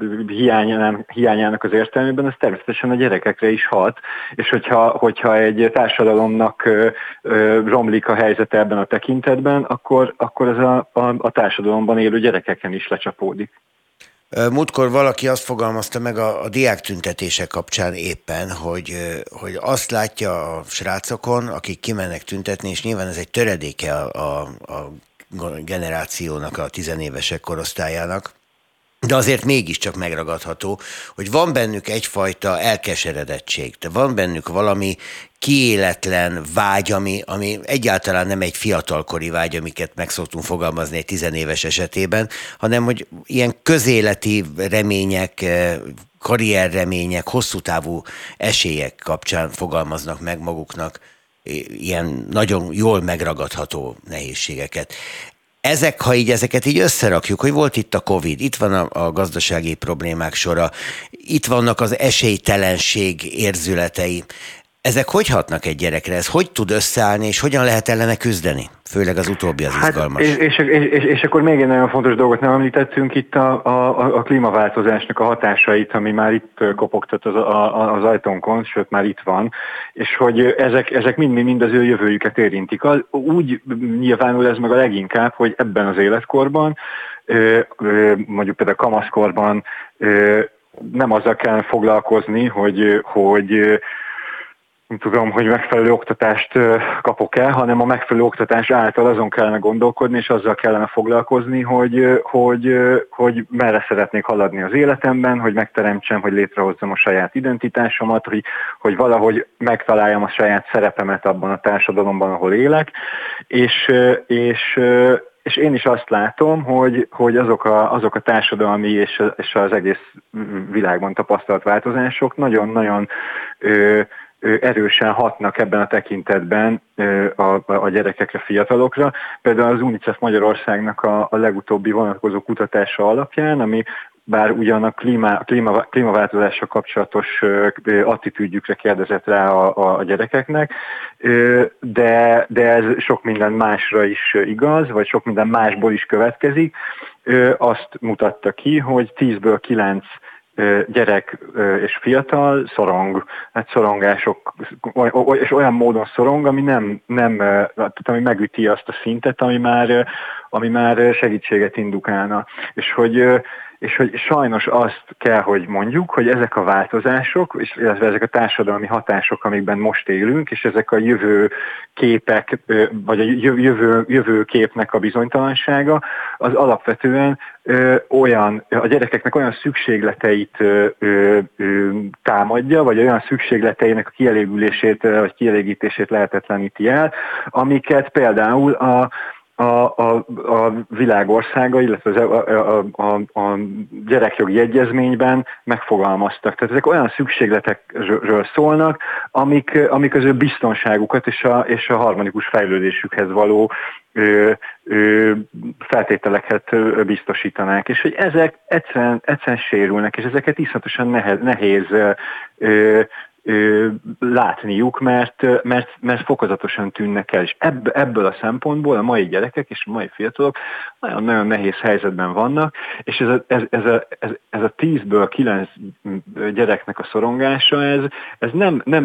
F: hiányának az értelmében, ez természetesen a gyerekekre is hat, és hogyha egy társadalomnak romlik a helyzete ebben a tekintetben, akkor ez a társadalomban élő gyerekeken is lecsapódik.
B: Múltkor valaki azt fogalmazta meg a diáktüntetések kapcsán éppen, hogy azt látja a srácokon, akik kimennek tüntetni, és nyilván ez egy töredéke a generációnak, a tizenévesek korosztályának, de azért mégiscsak megragadható, hogy van bennük egyfajta elkeseredettség, de van bennük valami kiéletlen vágy, ami egyáltalán nem egy fiatalkori vágy, amiket meg szoktunk fogalmazni egy tizenéves esetében, hanem hogy ilyen közéleti remények, karrierremények, hosszú távú esélyek kapcsán fogalmaznak meg maguknak ilyen nagyon jól megragadható nehézségeket. Ha ezeket így összerakjuk, hogy volt itt a Covid, itt van a gazdasági problémák sora, itt vannak az esélytelenség érzületei, Ezek hogy hatnak egy gyerekre? Ez hogy tud összeállni, és hogyan lehet ellene küzdeni? Főleg az utóbbi az izgalmas.
F: És akkor még egy nagyon fontos dolgot nem említettünk, itt a klímaváltozásnak a hatásait, ami már itt kopogtat az ajtónkon, sőt már itt van, és hogy ezek mind az ő jövőjüket érintik. Úgy nyilvánul ez meg a leginkább, hogy ebben az életkorban, mondjuk például kamaszkorban nem azzal kell foglalkozni, hogy megfelelő oktatást kapok-e, hanem a megfelelő oktatás által azon kellene gondolkodni, és azzal kellene foglalkozni, hogy merre szeretnék haladni az életemben, hogy megteremtsem, hogy létrehozzam a saját identitásomat, hogy valahogy megtaláljam a saját szerepemet abban a társadalomban, ahol élek, és én is azt látom, hogy azok a társadalmi és az egész világban tapasztalt változások nagyon-nagyon erősen hatnak ebben a tekintetben a gyerekekre, fiatalokra. Például az UNICEF Magyarországnak a legutóbbi vonatkozó kutatása alapján, ami bár ugyan a klímaváltozással kapcsolatos attitűdjükre kérdezett rá a gyerekeknek, de ez sok minden másra is igaz, vagy sok minden másból is következik. Azt mutatta ki, hogy 10-ből 9 gyerek és fiatal szorong, hát szorongások, és olyan módon szorong, ami megüti azt a szintet, ami már segítséget indukálna. És hogy sajnos azt kell, hogy mondjuk, hogy ezek a változások, illetve ezek a társadalmi hatások, amikben most élünk, és ezek a jövő képek, vagy a jövő képnek a bizonytalansága, az alapvetően a gyerekeknek olyan szükségleteit támadja, vagy olyan szükségleteinek a kielégülését, vagy kielégítését lehetetleníti el, amiket például a világországa, illetve a gyerekjogi egyezményben megfogalmaztak. Tehát ezek olyan szükségletekről szólnak, amik az ő biztonságukat és a harmonikus fejlődésükhez való feltételeket biztosítanák, és hogy ezek egyszerűen sérülnek, és ezeket iszonyatosan nehéz látniuk, mert fokozatosan tűnnek el, és ebből a szempontból a mai gyerekek és a mai fiatalok nagyon-nagyon nehéz helyzetben vannak, és ez a 10-ből 9 gyereknek a szorongása, ez nem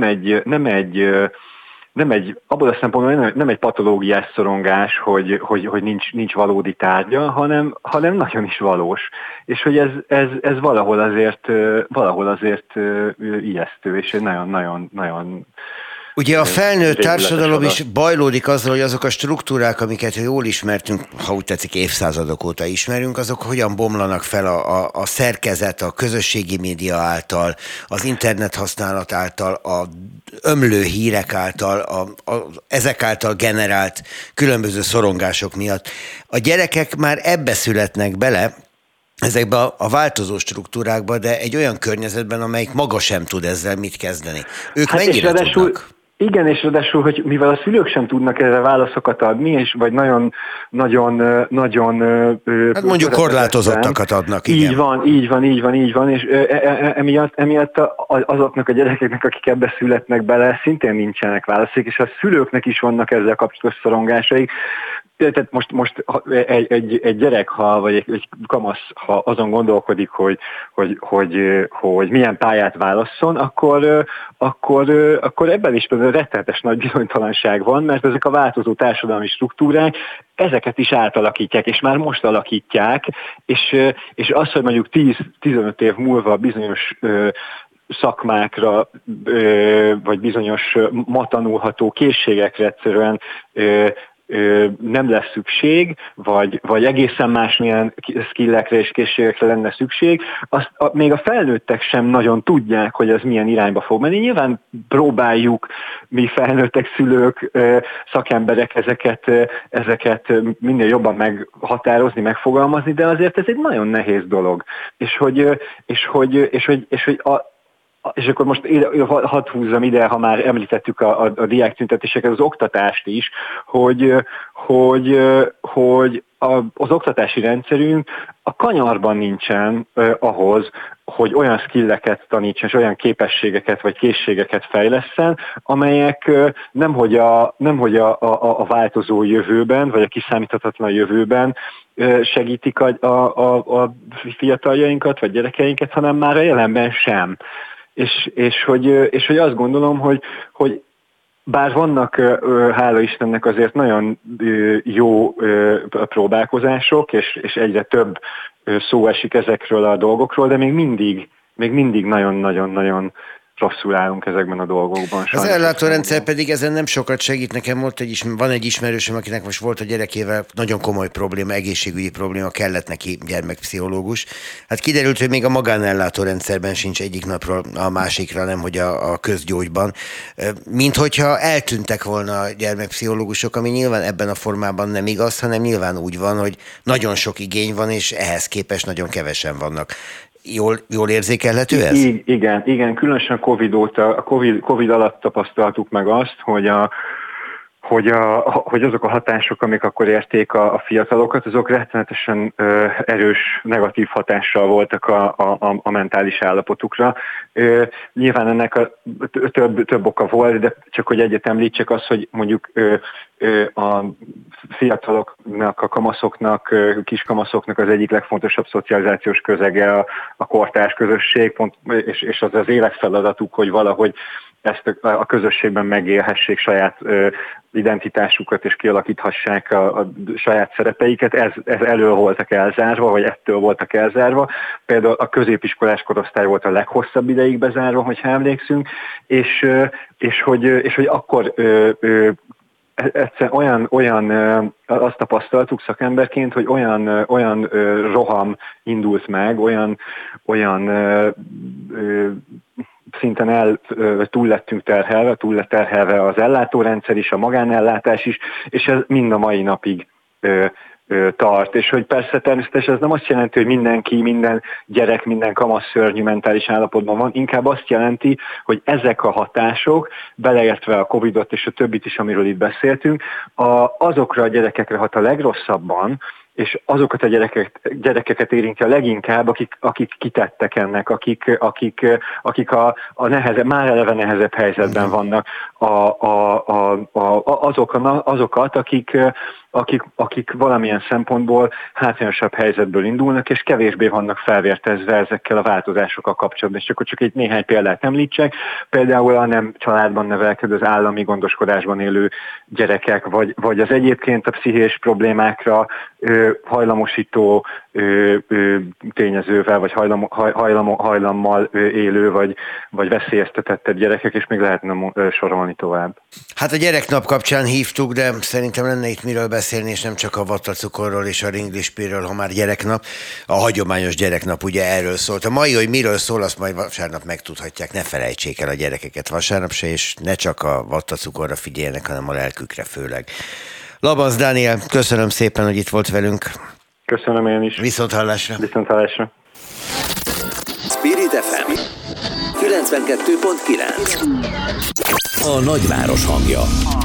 F: egy, abból a szempontból nem egy patológiás szorongás, hogy nincs valódi tárgya, hanem nagyon is valós. És hogy ez valahol azért ijesztő, és egy nagyon
B: ugye a felnőtt társadalom is bajlódik azzal, hogy azok a struktúrák, amiket jól ismertünk, ha úgy tetszik évszázadok óta ismerünk, azok hogyan bomlanak fel a szerkezet, a közösségi média által, az internet használat által, a ömlő hírek által, ezek által generált különböző szorongások miatt. A gyerekek már ebbe születnek bele, ezekbe a változó struktúrákba, de egy olyan környezetben, amelyik maga sem tud ezzel mit kezdeni. Ők mennyire tudnak?
F: Igen, és ráadásul, hogy mivel a szülők sem tudnak erre válaszokat adni, vagy nagyon
B: hát mondjuk korlátozottakat adnak, igen.
F: Így van, és emiatt azoknak a gyerekeknek, akik ebbe születnek bele, szintén nincsenek válaszok, és a szülőknek is vannak ezzel kapcsolatos szorongásaik. Tehát most egy gyerek, vagy egy kamasz, ha azon gondolkodik, hogy milyen pályát válasszon, akkor ebben is például rettenetes nagy bizonytalanság van, mert ezek a változó társadalmi struktúrák ezeket is átalakítják, és már most alakítják, és az, hogy mondjuk 10-15 év múlva bizonyos szakmákra, vagy bizonyos ma tanulható készségekre egyszerűen nem lesz szükség, vagy egészen másmilyen skillekre és készségekre lenne szükség, még a felnőttek sem nagyon tudják, hogy az milyen irányba fog menni. Nyilván próbáljuk mi felnőttek, szülők, szakemberek ezeket minél jobban meghatározni, megfogalmazni, de azért ez egy nagyon nehéz dolog. És akkor most hadd húzzam ide, ha már említettük a diáktüntetéseket, az oktatást is, hogy az oktatási rendszerünk a kanyarban nincsen ahhoz, hogy olyan skilleket tanítson, és olyan képességeket vagy készségeket fejlesszen, amelyek nemhogy a változó jövőben, vagy a kiszámíthatatlan jövőben segítik a fiataljainkat, vagy gyerekeinket, hanem már a jelenben sem. És hogy azt gondolom, hogy bár vannak, hála Istennek, azért nagyon jó próbálkozások, és egyre több szó esik ezekről a dolgokról, de még mindig nagyon-nagyon-nagyon rosszul állunk ezekben a dolgokban.
B: Az ellátórendszer pedig ezen nem sokat segít. Nekem van egy ismerősöm, akinek most volt a gyerekével nagyon komoly probléma, egészségügyi probléma, kellett neki gyermekpszichológus. Hát kiderült, hogy még a magánellátórendszerben sincs egyik napról a másikra, nem hogy a közgyógyban. Mint hogyha eltűntek volna a gyermekpszichológusok, ami nyilván ebben a formában nem igaz, hanem nyilván úgy van, hogy nagyon sok igény van, és ehhez képest nagyon kevesen vannak. Jól érzékelhető ez?
F: Igen, különösen a Covid alatt tapasztaltuk meg azt, hogy azok a hatások, amik akkor érték a fiatalokat, azok rettenetesen erős, negatív hatással voltak a mentális állapotukra. Nyilván ennek több oka volt, de csak hogy egyet említsek az, hogy mondjuk a fiataloknak, a kamaszoknak, kiskamaszoknak az egyik legfontosabb szocializációs közege a kortárs közösség, és az életfeladatuk, hogy valahogy ezt a közösségben megélhessék saját identitásukat, és kialakíthassák a saját szerepeiket. Ez elől voltak elzárva, vagy ettől voltak elzárva. Például a középiskolás korosztály volt a leghosszabb ideig bezárva, hogyha emlékszünk, és hogy akkor egyszerűen azt tapasztaltuk szakemberként, hogy olyan roham indult meg, olyan szinten túl lettünk terhelve, túl lett terhelve az ellátórendszer is, a magánellátás is, és ez mind a mai napig tart. És hogy persze természetesen ez nem azt jelenti, hogy mindenki, minden gyerek, minden kamasz szörnyű mentális állapotban van, inkább azt jelenti, hogy ezek a hatások, beleértve a Covidot és a többit is, amiről itt beszéltünk, azokra a gyerekekre hat a legrosszabban, és azokat a gyerekeket érinti a leginkább, akik kitettek ennek, akik a nehezebb, már eleve nehezebb helyzetben vannak, azokat, akik valamilyen szempontból hátrányosabb helyzetből indulnak, és kevésbé vannak felvértezve ezekkel a változásokkal kapcsolatban. És csak egy néhány példát említsek, például a nem családban nevelkedő, az állami gondoskodásban élő gyerekek, vagy az egyébként a pszichés problémákra hajlamosító tényezővel, vagy hajlammal élő, vagy veszélyeztetettebb gyerekek, és még lehetne sorolni tovább.
B: Hát a gyereknap kapcsán hívtuk, de szerintem lenne itt miről beszélni, és nem csak a vattacukorról és a ringlispirről, ha már gyereknap. A hagyományos gyereknap ugye erről szólt. A mai, hogy miről szól, azt majd vasárnap megtudhatják. Ne felejtsék el a gyerekeket vasárnap se, és ne csak a vattacukorra figyeljenek, hanem a lelkükre főleg. Labanc Dániel, köszönöm szépen, hogy itt volt velünk.
F: Köszönöm én is.
B: Viszonthallásra.
F: Viszonthallásra.
A: Spirit FM 92.9. A nagyváros hangja.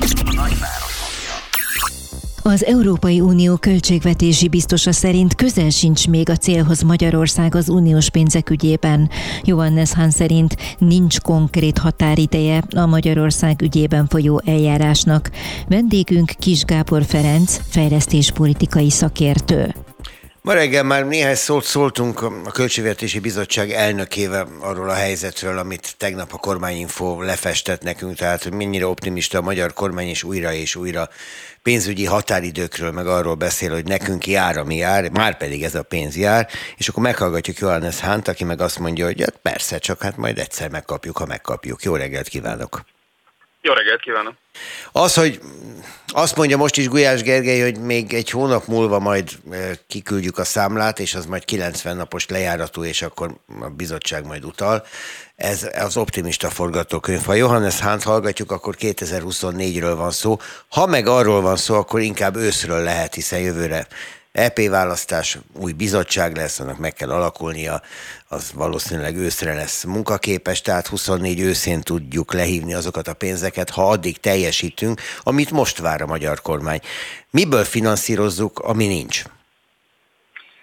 C: Az Európai Unió költségvetési biztosa szerint közel sincs még a célhoz Magyarország az uniós pénzek ügyében. Johannes Hahn szerint nincs konkrét határideje a Magyarország ügyében folyó eljárásnak. Vendégünk Kiss Gábor Ferenc, fejlesztéspolitikai szakértő.
B: Ma reggel már néhány szót szóltunk a Költségvetési Bizottság elnökével arról a helyzetről, amit tegnap a Kormányinfo lefestett nekünk, tehát hogy mennyire optimista a magyar kormány, és újra pénzügyi határidőkről, meg arról beszél, hogy nekünk jár, ami jár, már pedig ez a pénz jár, és akkor meghallgatjuk Johannes Hahnt, aki meg azt mondja, hogy hát persze, csak hát majd egyszer megkapjuk, ha megkapjuk. Jó reggelt kívánok!
G: Jó reggelt kívánok!
B: Az, hogy azt mondja most is Gulyás Gergely, hogy még egy hónap múlva majd kiküldjük a számlát, és az majd 90 napos lejáratú, és akkor a bizottság majd utal. Ez az optimista forgatókönyv. Ha Johannes Hahnt hallgatjuk, akkor 2024-ről van szó. Ha meg arról van szó, akkor inkább őszről lehet, hiszen jövőre EP választás, új bizottság lesz, annak meg kell alakulnia, az valószínűleg őszre lesz munkaképes, tehát 24 őszén tudjuk lehívni azokat a pénzeket, ha addig teljesítünk, amit most vár a magyar kormány. Miből finanszírozzuk, ami nincs?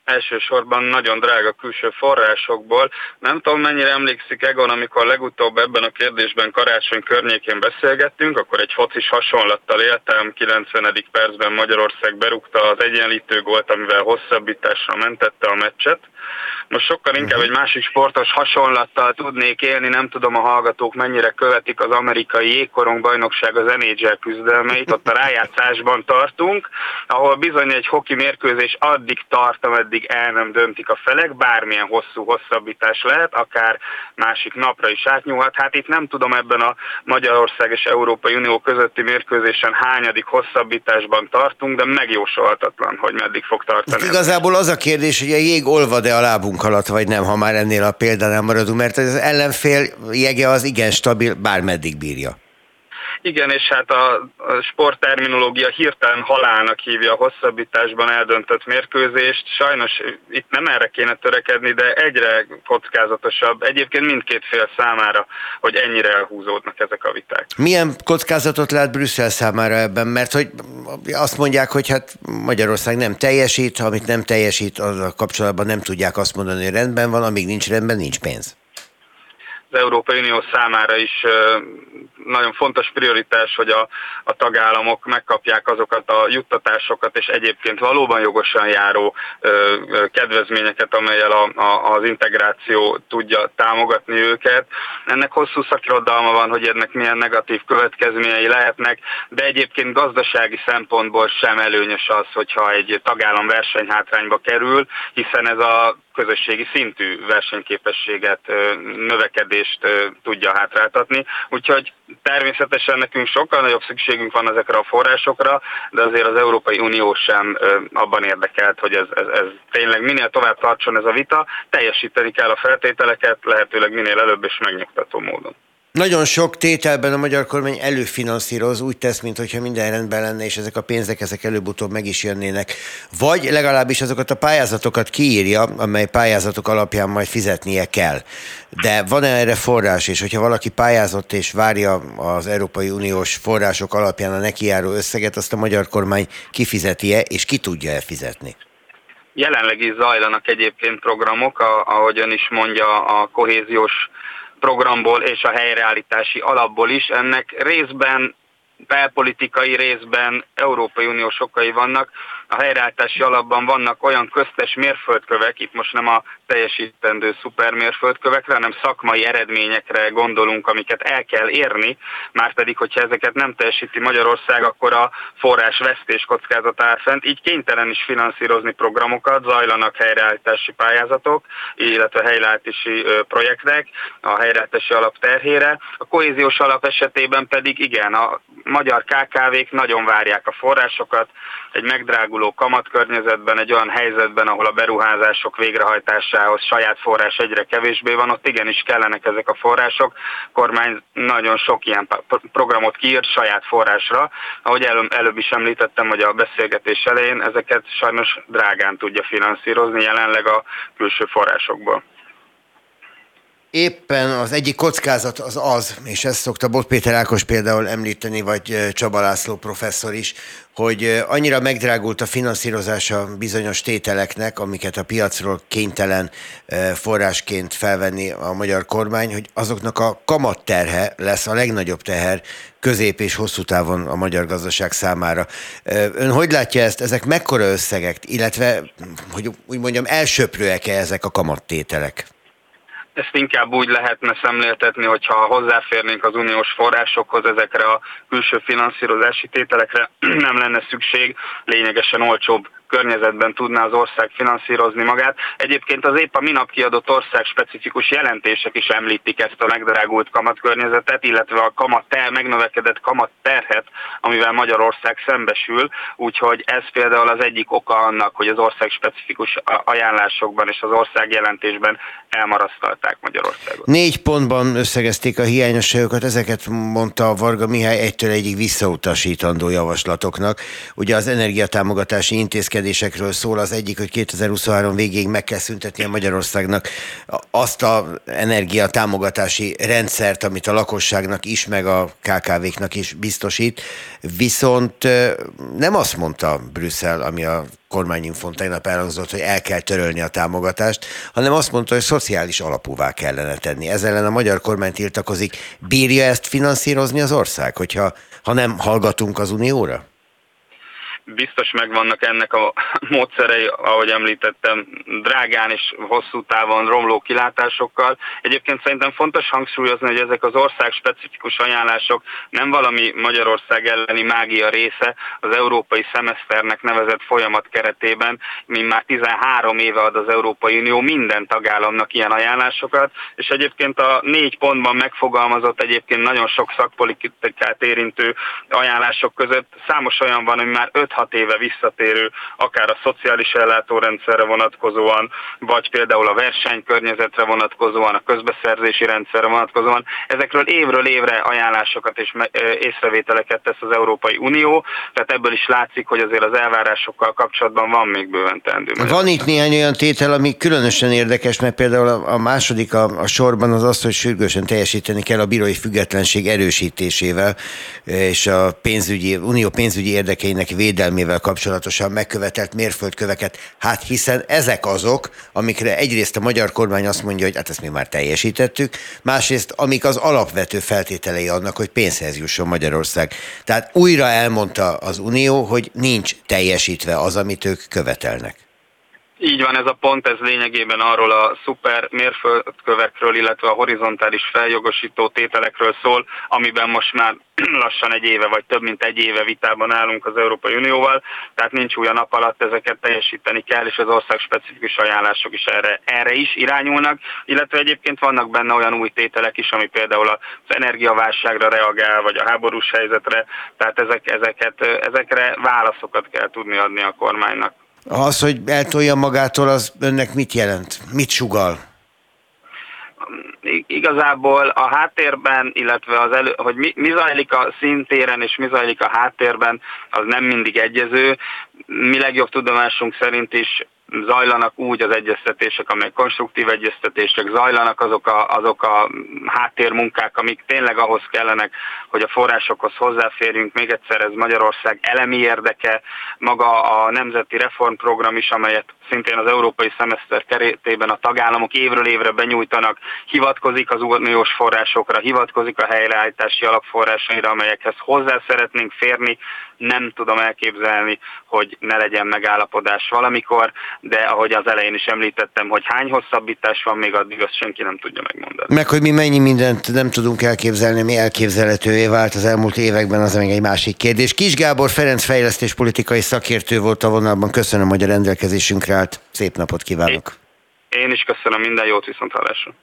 G: Elsősorban nagyon drága külső forrásokból. Nem tudom, mennyire emlékszik Egon, amikor legutóbb ebben a kérdésben karácsony környékén beszélgettünk, akkor egy focis hasonlattal éltem, 90. percben Magyarország berúgta az egyenlítő gólt, amivel hosszabbításra mentette a meccset. Most sokkal inkább egy másik sportos hasonlattal tudnék élni, nem tudom, a hallgatók mennyire követik az amerikai jégkorong bajnokság, az NHL küzdelmeit, ott a rájátszásban tartunk, ahol bizony egy hoki mérkőzés addig tart, ameddig el nem döntik a felek, bármilyen hosszú hosszabbítás lehet, akár másik napra is átnyúlhat. Hát itt nem tudom, ebben a Magyarország és Európai Unió közötti mérkőzésen hányadik hosszabbításban tartunk, de megjósolhatatlan, hogy meddig fog tartani.
B: Igazából az a kérdés, hogy a jég olvad-e a lábunk alatt, vagy nem, ha már ennél a példánál maradunk, mert az ellenfél jege az igen stabil, bármeddig bírja.
G: Igen, és hát a sportterminológia hirtelen halálnak hívja a hosszabbításban eldöntött mérkőzést. Sajnos itt nem erre kéne törekedni, de egyre kockázatosabb egyébként mindkét fél számára, hogy ennyire elhúzódnak ezek a viták. Milyen
B: kockázatot lát Brüsszel számára ebben? Mert hogy azt mondják, hogy hát Magyarország nem teljesít, amit nem teljesít, azzal kapcsolatban nem tudják azt mondani, hogy rendben van, amíg nincs rendben, nincs pénz.
G: Az Európai Unió számára is nagyon fontos prioritás, hogy a tagállamok megkapják azokat a juttatásokat, és egyébként valóban jogosan járó kedvezményeket, amellyel az integráció tudja támogatni őket. Ennek hosszú szakirodalma van, hogy ennek milyen negatív következményei lehetnek, de egyébként gazdasági szempontból sem előnyös az, hogyha egy tagállam versenyhátrányba kerül, hiszen ez a közösségi szintű versenyképességet, növekedést tudja hátráltatni. Úgyhogy természetesen nekünk sokkal nagyobb szükségünk van ezekre a forrásokra, de azért az Európai Unió sem abban érdekelt, hogy ez tényleg minél tovább tartson ez a vita, teljesíteni kell a feltételeket, lehetőleg minél előbb és megnyugtató módon.
B: Nagyon sok tételben a magyar kormány előfinanszíroz, úgy tesz, mintha minden rendben lenne, és ezek a pénzek ezek előbb-utóbb meg is jönnének. Vagy legalábbis azokat a pályázatokat kiírja, amely pályázatok alapján majd fizetnie kell. De van erre forrás, és hogyha valaki pályázott és várja az Európai Uniós források alapján a nekijáró összeget, azt a magyar kormány kifizeti-e, és ki tudja-e fizetni?
G: Jelenleg is zajlanak egyébként programok, ahogy ön is mondja, a kohéziós programból és a helyreállítási alapból is. Ennek részben belpolitikai, részben Európai Uniós okai vannak. A helyreállítási alapban vannak olyan köztes mérföldkövek, itt most nem a teljesítendő szupermérföldkövekre, hanem szakmai eredményekre gondolunk, amiket el kell érni, márpedig, hogyha ezeket nem teljesíti Magyarország, akkor a forrásvesztés kockázat áll fent, így kénytelen is finanszírozni programokat, zajlanak helyreállítási pályázatok, illetve helyreállítási projektek a helyreállítási alap terhére. A kohéziós alap esetében pedig igen, a magyar KKV-k nagyon várják a forrásokat, egy megdráguló kamatkörnyezetben, egy olyan helyzetben, ahol a beruházások végrehajtásához saját forrás egyre kevésbé van, ott igenis kellenek ezek a források. A kormány nagyon sok ilyen programot kiírt saját forrásra. Ahogy előbb is említettem, hogy a beszélgetés elején ezeket sajnos drágán tudja finanszírozni jelenleg a külső forrásokból.
B: Éppen az egyik kockázat az, és ezt szokta Bot Péter Ákos például említeni, vagy Csaba László professzor is, hogy annyira megdrágult a finanszírozása bizonyos tételeknek, amiket a piacról kénytelen forrásként felvenni a magyar kormány, hogy azoknak a kamatterhe lesz a legnagyobb teher közép és hosszú távon a magyar gazdaság számára. Ön hogy látja ezt? Ezek mekkora összegek, illetve, hogy úgy mondjam, elsöprőek-e ezek a kamattételek?
G: Ezt inkább úgy lehetne szemléltetni, hogyha hozzáférnénk az uniós forrásokhoz, ezekre a külső finanszírozási tételekre nem lenne szükség, lényegesen olcsóbb környezetben tudná az ország finanszírozni magát. Egyébként az épp a minap kiadott országspecifikus jelentések is említik ezt a megdrágult kamatkörnyezetet, illetve a megnövekedett kamatterhet, amivel Magyarország szembesül, úgyhogy ez például az egyik oka annak, hogy az országspecifikus ajánlásokban és az országjelentésben elmarasztalták Magyarországot.
B: 4 pontban összegezték a hiányosságokat, ezeket mondta Varga Mihály 1-től 1-ig visszautasítandó javaslatoknak. Ugye az energiatámogatási intézkedés intézkedésekről szól. Az egyik, hogy 2023 végéig meg kell szüntetni a Magyarországnak azt a energiatámogatási rendszert, amit a lakosságnak is, meg a KKV-knak is biztosít. Viszont nem azt mondta Brüsszel, ami a kormányinfon tegnap elhangzott, hogy el kell törölni a támogatást, hanem azt mondta, hogy szociális alapúvá kellene tenni. Ezzel ellen a magyar kormány tiltakozik. Bírja ezt finanszírozni az ország, ha nem hallgatunk az Unióra?
G: Biztos megvannak ennek a módszerei, ahogy említettem, drágán és hosszú távon romló kilátásokkal. Egyébként szerintem fontos hangsúlyozni, hogy ezek az ország specifikus ajánlások nem valami Magyarország elleni mágia része, az európai szemeszternek nevezett folyamat keretében, mint már 13 éve ad az Európai Unió minden tagállamnak ilyen ajánlásokat, és egyébként a 4 pontban megfogalmazott egyébként nagyon sok szakpolitikát érintő ajánlások között számos olyan van, ami már 5-6 éve visszatérő, akár a szociális ellátórendszerre vonatkozóan, vagy például a versenykörnyezetre vonatkozóan, a közbeszerzési rendszerre vonatkozóan. Ezekről évről évre ajánlásokat és észrevételeket tesz az Európai Unió, tehát ebből is látszik, hogy azért az elvárásokkal kapcsolatban van még bőven teendő.
B: Van itt néhány olyan tétel, ami különösen érdekes, mert például a második a sorban az, hogy sürgősen teljesíteni kell a bírói függetlenség erősítésével, és a unió pénzügyi érdekeinek védelmével kapcsolatosan megkövetelt mérföldköveket. Hát hiszen ezek azok, amikre egyrészt a magyar kormány azt mondja, hogy hát ezt mi már teljesítettük, másrészt amik az alapvető feltételei annak, hogy pénzhez jusson Magyarország. Tehát újra elmondta az Unió, hogy nincs teljesítve az, amit ők követelnek.
G: Így van, ez a pont, ez lényegében arról a szuper mérföldkövekről, illetve a horizontális feljogosító tételekről szól, amiben most már lassan egy éve, vagy több mint egy éve vitában állunk az Európai Unióval, tehát nincs új a nap alatt, ezeket teljesíteni kell, és az ország specifikus ajánlások is erre is irányulnak, illetve egyébként vannak benne olyan új tételek is, ami például az energiaválságra reagál, vagy a háborús helyzetre, tehát ezekre válaszokat kell tudni adni a kormánynak.
B: Az, hogy eltolja magától, az önnek mit jelent? Mit sugall?
G: Igazából a háttérben, illetve hogy mi zajlik a színtéren és mi zajlik a háttérben, az nem mindig egyező. Mi legjobb tudomásunk szerint is zajlanak úgy az egyeztetések, amelyek konstruktív egyeztetések, zajlanak azok a háttérmunkák, amik tényleg ahhoz kellenek, hogy a forrásokhoz hozzáférjünk. Még egyszer, ez Magyarország elemi érdeke, maga a nemzeti reformprogram is, amelyet szintén az európai szemeszter keretében a tagállamok évről évre benyújtanak, hivatkozik az uniós forrásokra, hivatkozik a helyreállítási alapforrásaira, amelyekhez hozzá szeretnénk férni. Nem tudom elképzelni, hogy ne legyen megállapodás valamikor, de ahogy az elején is említettem, hogy hány hosszabbítás van még addig, azt senki nem tudja megmondani.
B: Meg, hogy mi mennyi mindent nem tudunk elképzelni, mi elképzelhetővé vált az elmúlt években, az még egy másik kérdés. Kis Gábor Ferenc fejlesztéspolitikai szakértő volt a vonalban. Köszönöm, hogy a rendelkezésünkre állt. Szép napot kívánok!
G: Én is köszönöm, minden jót, viszonthallásra!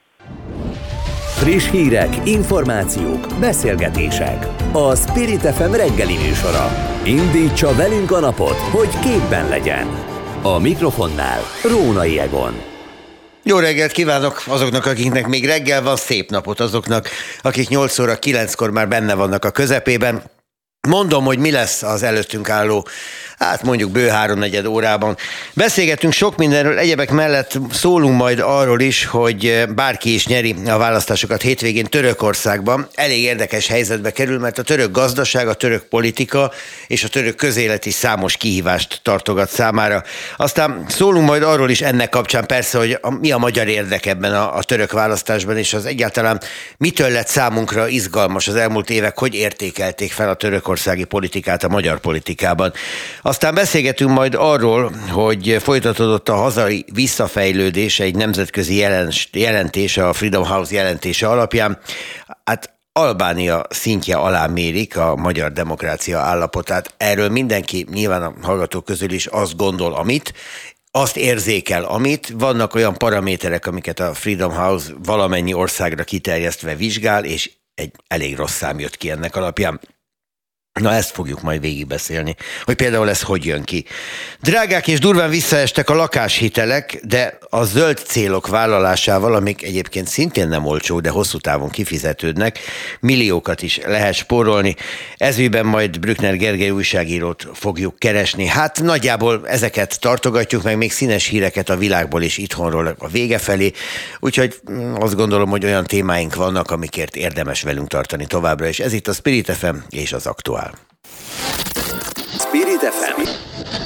A: Friss hírek, információk, beszélgetések. A Spirit FM reggeli műsora. Indítsa velünk a napot, hogy képben legyen. A mikrofonnál Rónai Egon.
B: Jó reggelt kívánok azoknak, akiknek még reggel van, szép napot azoknak, akik 8 óra 9-kor már benne vannak a közepében. Mondom, hogy mi lesz az előttünk álló, mondjuk bő 3-4 órában. Beszélgetünk sok mindenről, egyebek mellett szólunk majd arról is, hogy bárki is nyeri a választásokat hétvégén Törökországban. Elég érdekes helyzetbe kerül, mert a török gazdaság, a török politika és a török közélet is számos kihívást tartogat számára. Aztán szólunk majd arról is ennek kapcsán persze, hogy mi a magyar érdek ebben a török választásban, és az egyáltalán mitől lett számunkra izgalmas az elmúlt évek, hogy értékelték fel a törökországi politikát a magyar politikában. Aztán beszélgetünk majd arról, hogy folytatódott a hazai visszafejlődés, egy nemzetközi jelentés, a Freedom House jelentése alapján. Albánia szintje alá mérik a magyar demokrácia állapotát. Erről mindenki, nyilván a hallgatók közül is azt gondol, azt érzékel, vannak olyan paraméterek, amiket a Freedom House valamennyi országra kiterjesztve vizsgál, és egy elég rossz szám jött ki ennek alapján. Na ezt fogjuk majd végigbeszélni, hogy például ez hogy jön ki. Drágák és durván visszaestek a lakáshitelek, de a zöld célok vállalásával, amik egyébként szintén nem olcsó, de hosszú távon kifizetődnek, milliókat is lehet spórolni. Ezügyben majd Brückner Gergely újságírót fogjuk keresni. Hát nagyjából ezeket tartogatjuk, meg még színes híreket a világból és itthonról a vége felé, úgyhogy azt gondolom, hogy olyan témáink vannak, amikért érdemes velünk tartani továbbra is. Ez itt a Spirit FM és az Aktuál.
A: Spirit FM 92.9.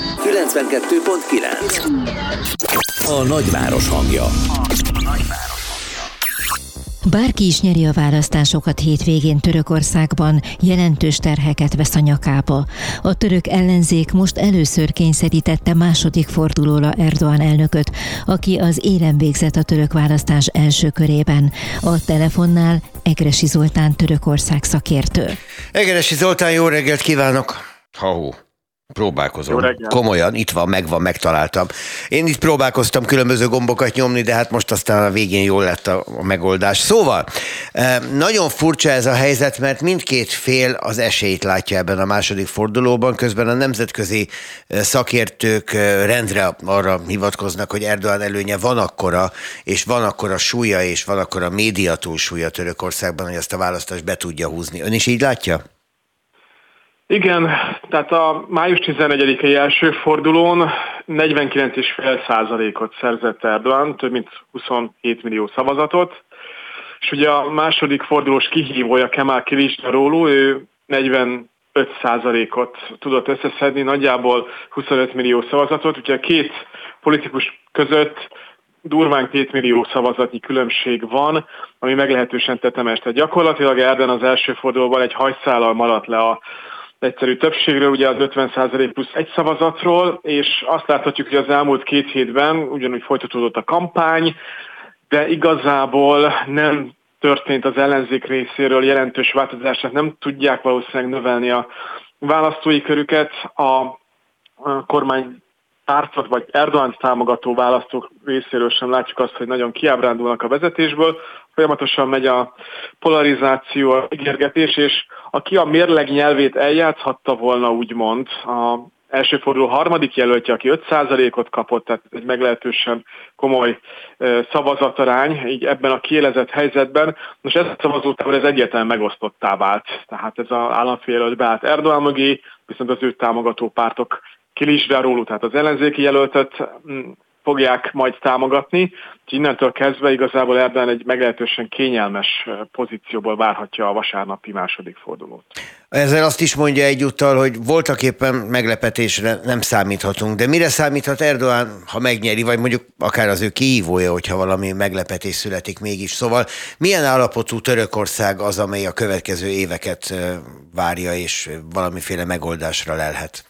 A: A nagyváros hangja.
C: Bárki is nyeri a választásokat hétvégén Törökországban, jelentős terheket vesz a nyakába. A török ellenzék most először kényszerítette második fordulóra Erdoğan elnököt, aki az élen végzett a török választás első körében. A telefonnál Egressy Zoltán Törökország szakértő.
B: Egressy Zoltán, jó reggelt kívánok! Ha-hó. Próbálkozom. Komolyan, itt van, megtaláltam. Én itt próbálkoztam különböző gombokat nyomni, de hát most aztán a végén jól lett a megoldás. Szóval, nagyon furcsa ez a helyzet, mert mindkét fél az esélyt látja ebben a második fordulóban, közben a nemzetközi szakértők rendre arra hivatkoznak, hogy Erdoğan előnye van akkora, és van akkora súlya, és van akkora média túlsúlya Törökországban, hogy azt a választást be tudja húzni. Ön is így látja?
H: Igen, tehát a május 11-i első fordulón 49,5%-ot szerzett Erdoğan, több mint 27 millió szavazatot, és ugye a második fordulós kihívója Kemal Kılıçdaroğlu, ő 45%-ot tudott összeszedni, nagyjából 25 millió szavazatot, ugye a két politikus között durván 2 millió szavazatnyi különbség van, ami meglehetősen tetemes. Tehát gyakorlatilag Erdoğan az első fordulóban egy hajszállal maradt le a egyszerű többségről, ugye az 50% plusz egy szavazatról, és azt láthatjuk, hogy az elmúlt 2 hétben ugyanúgy folytatódott a kampány, de igazából nem történt az ellenzék részéről jelentős változás, tehát nem tudják valószínűleg növelni a választói körüket. A kormány pártot vagy Erdoğan támogató választók részéről sem látjuk azt, hogy nagyon kiábrándulnak a vezetésből. Folyamatosan megy a polarizáció, a ígérgetés, és aki a mérleg nyelvét eljátszhatta volna, úgymond, a első forduló harmadik jelöltje, aki 5%-ot kapott, tehát egy meglehetősen komoly szavazatarány, így ebben a kiélezett helyzetben. Most ez a szavazótábor ez egyáltalán megosztottá vált. Tehát ez az államfőjelölt beállt Erdoğan mögé, viszont az őt támogató pártok Kılıçdaroğlu, tehát az ellenzéki jelöltet fogják majd támogatni, úgyhogy innentől kezdve igazából Erdoğan egy meglehetősen kényelmes pozícióból várhatja a vasárnapi második fordulót.
B: Ezzel azt is mondja egyúttal, hogy voltaképpen meglepetésre nem számíthatunk, de mire számíthat Erdoğan, ha megnyeri, vagy mondjuk akár az ő kihívója, hogyha valami meglepetés születik mégis. Szóval milyen állapotú Törökország az, amely a következő éveket várja, és valamiféle megoldásra lelhet?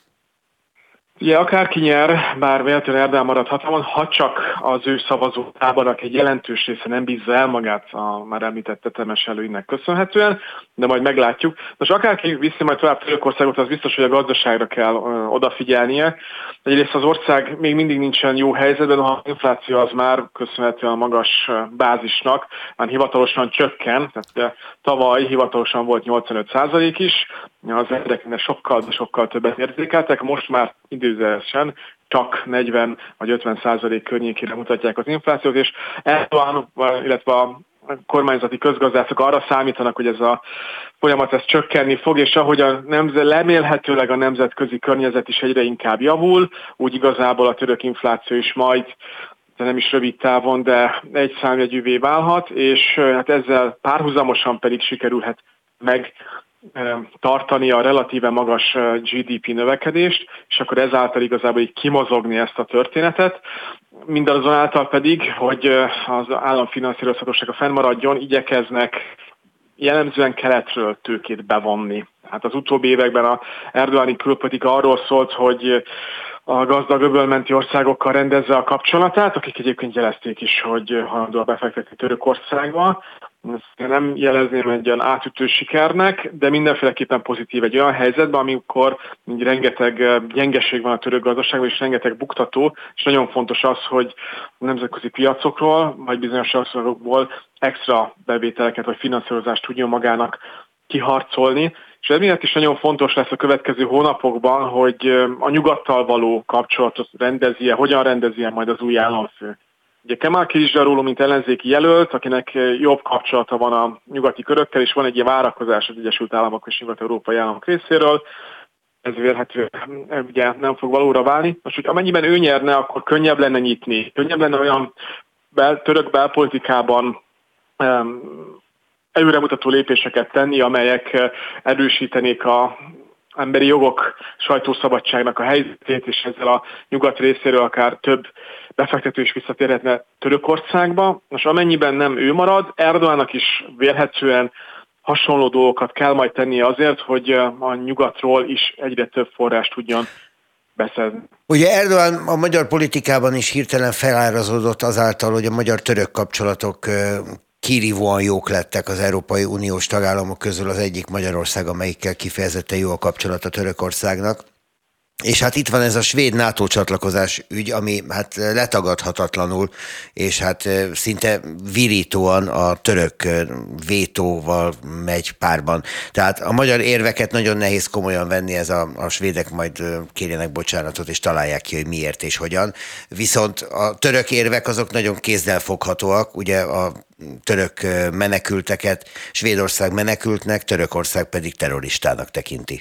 H: Ugye akárki nyer, bár véletlenül Erdoğan marad hatalmon, ha csak az ő szavazótábornak egy jelentős része nem bízza el magát a már említett tetemes előnynek köszönhetően, de majd meglátjuk. Most akárki viszi majd tovább Törökországot, az biztos, hogy a gazdaságra kell odafigyelnie. Egyrészt az ország még mindig nincsen jó helyzetben, ha az infláció az már köszönhetően a magas bázisnak, már hivatalosan csökken, tehát tavaly hivatalosan volt 85% is, az embereknek sokkal többet érzékeltek, most már időzősen csak 40 vagy 50% környékére mutatják az inflációt, és Erdoğan, illetve a kormányzati közgazdászok arra számítanak, hogy ez a folyamat ez csökkenni fog, és ahogy remélhetőleg a nemzetközi környezet is egyre inkább javul, úgy igazából a török infláció is majd, de nem is rövid távon, de egy számjegyűvé válhat, és hát ezzel párhuzamosan pedig sikerülhet meg tartani a relatíve magas GDP növekedést, és akkor ezáltal igazából így kimozogni ezt a történetet. Mindazonáltal pedig, hogy az államfinanszírozhatósága fennmaradjon, igyekeznek jellemzően keletről tőkét bevonni. Hát az utóbbi években a Erdoğani külpolitika arról szólt, hogy a gazdag öbölmenti országokkal rendezze a kapcsolatát, akik egyébként jelezték is, hogy hajlandóak befektetni Törökországba. Ezt nem jelezném egy olyan átütő sikernek, de mindenféleképpen pozitív egy olyan helyzetben, amikor rengeteg gyengeség van a török gazdaságban, és rengeteg buktató, és nagyon fontos az, hogy a nemzetközi piacokról, vagy bizonyos országokból extra bevételeket vagy finanszírozást tudjon magának kiharcolni, És ez miatt is nagyon fontos lesz a következő hónapokban, hogy a nyugattal való kapcsolatot rendezi-e, hogyan rendezi-e majd az új államfő. Ugye Kemal Kılıçdaroğlu, mint ellenzéki jelölt, akinek jobb kapcsolata van a nyugati körökkel, és van egy ilyen várakozás az Egyesült Államok és nyugat-európai államok részéről, ez vélhetően ugye nem fog valóra válni. Most, hogy amennyiben ő nyerne, akkor könnyebb lenne nyitni. Könnyebb lenne olyan török belpolitikában előremutató lépéseket tenni, amelyek erősítenék az emberi jogok, sajtószabadságnak a helyzetét, és ezzel a nyugat részéről akár több befektető is visszatérhetne Törökországba. Most amennyiben nem ő marad, Erdoğannak is vélhetően hasonló dolgokat kell majd tennie azért, hogy a nyugatról is egyre több forrást tudjon beszedni.
B: Ugye Erdoğan a magyar politikában is hirtelen felárazódott azáltal, hogy a magyar-török kapcsolatok kirívóan jók lettek az Európai Uniós tagállamok közül, az egyik Magyarország, amelyikkel kifejezetten jó a kapcsolat a Törökországnak. És hát itt van ez a svéd NATO csatlakozás ügy, ami hát letagadhatatlanul, és hát szinte virítóan a török vétóval megy párban. Tehát a magyar érveket nagyon nehéz komolyan venni, ez a svédek majd kérjenek bocsánatot, és találják ki, hogy miért és hogyan. Viszont a török érvek azok nagyon kézzelfoghatóak, ugye a török menekülteket Svédország menekültnek, Törökország pedig terroristának tekinti.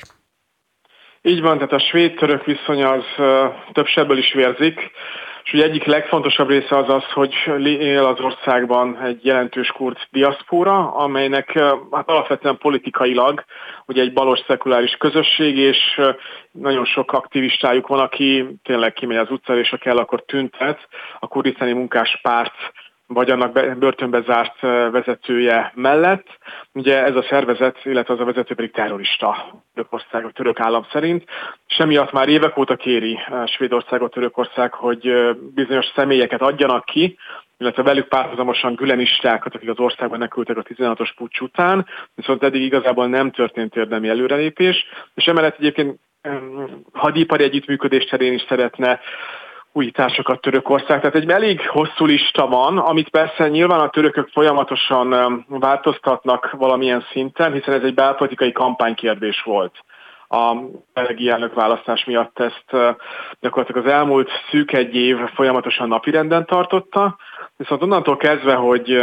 H: Így van, tehát a svéd-török viszony az több sebből is vérzik, és ugye egyik legfontosabb része az, hogy él az országban egy jelentős kurd diaszpóra, amelynek hát alapvetően politikailag ugye egy balos szekuláris közösség, és nagyon sok aktivistájuk van, aki tényleg kimegy az utcára, és ha kell, akkor tüntet a kurdisztáni munkáspárt vagy annak börtönbe zárt vezetője mellett. Ugye ez a szervezet, illetve az a vezető pedig terrorista Törökország, a török állam szerint. És emiatt már évek óta kéri Svédországot, Törökország, hogy bizonyos személyeket adjanak ki, illetve velük párhuzamosan gülenistákat, akik az országban menekültek a 16-os puccs után, viszont eddig igazából nem történt érdemi előrelépés, és emellett egyébként hadipari együttműködés terén is szeretne újításokat Törökország. Tehát egy elég hosszú lista van, amit persze nyilván a törökök folyamatosan változtatnak valamilyen szinten, hiszen ez egy belpolitikai kampánykérdés volt. A jelenlegi elnökválasztás miatt ezt gyakorlatilag az elmúlt szűk egy év folyamatosan napirenden tartotta, viszont onnantól kezdve, hogy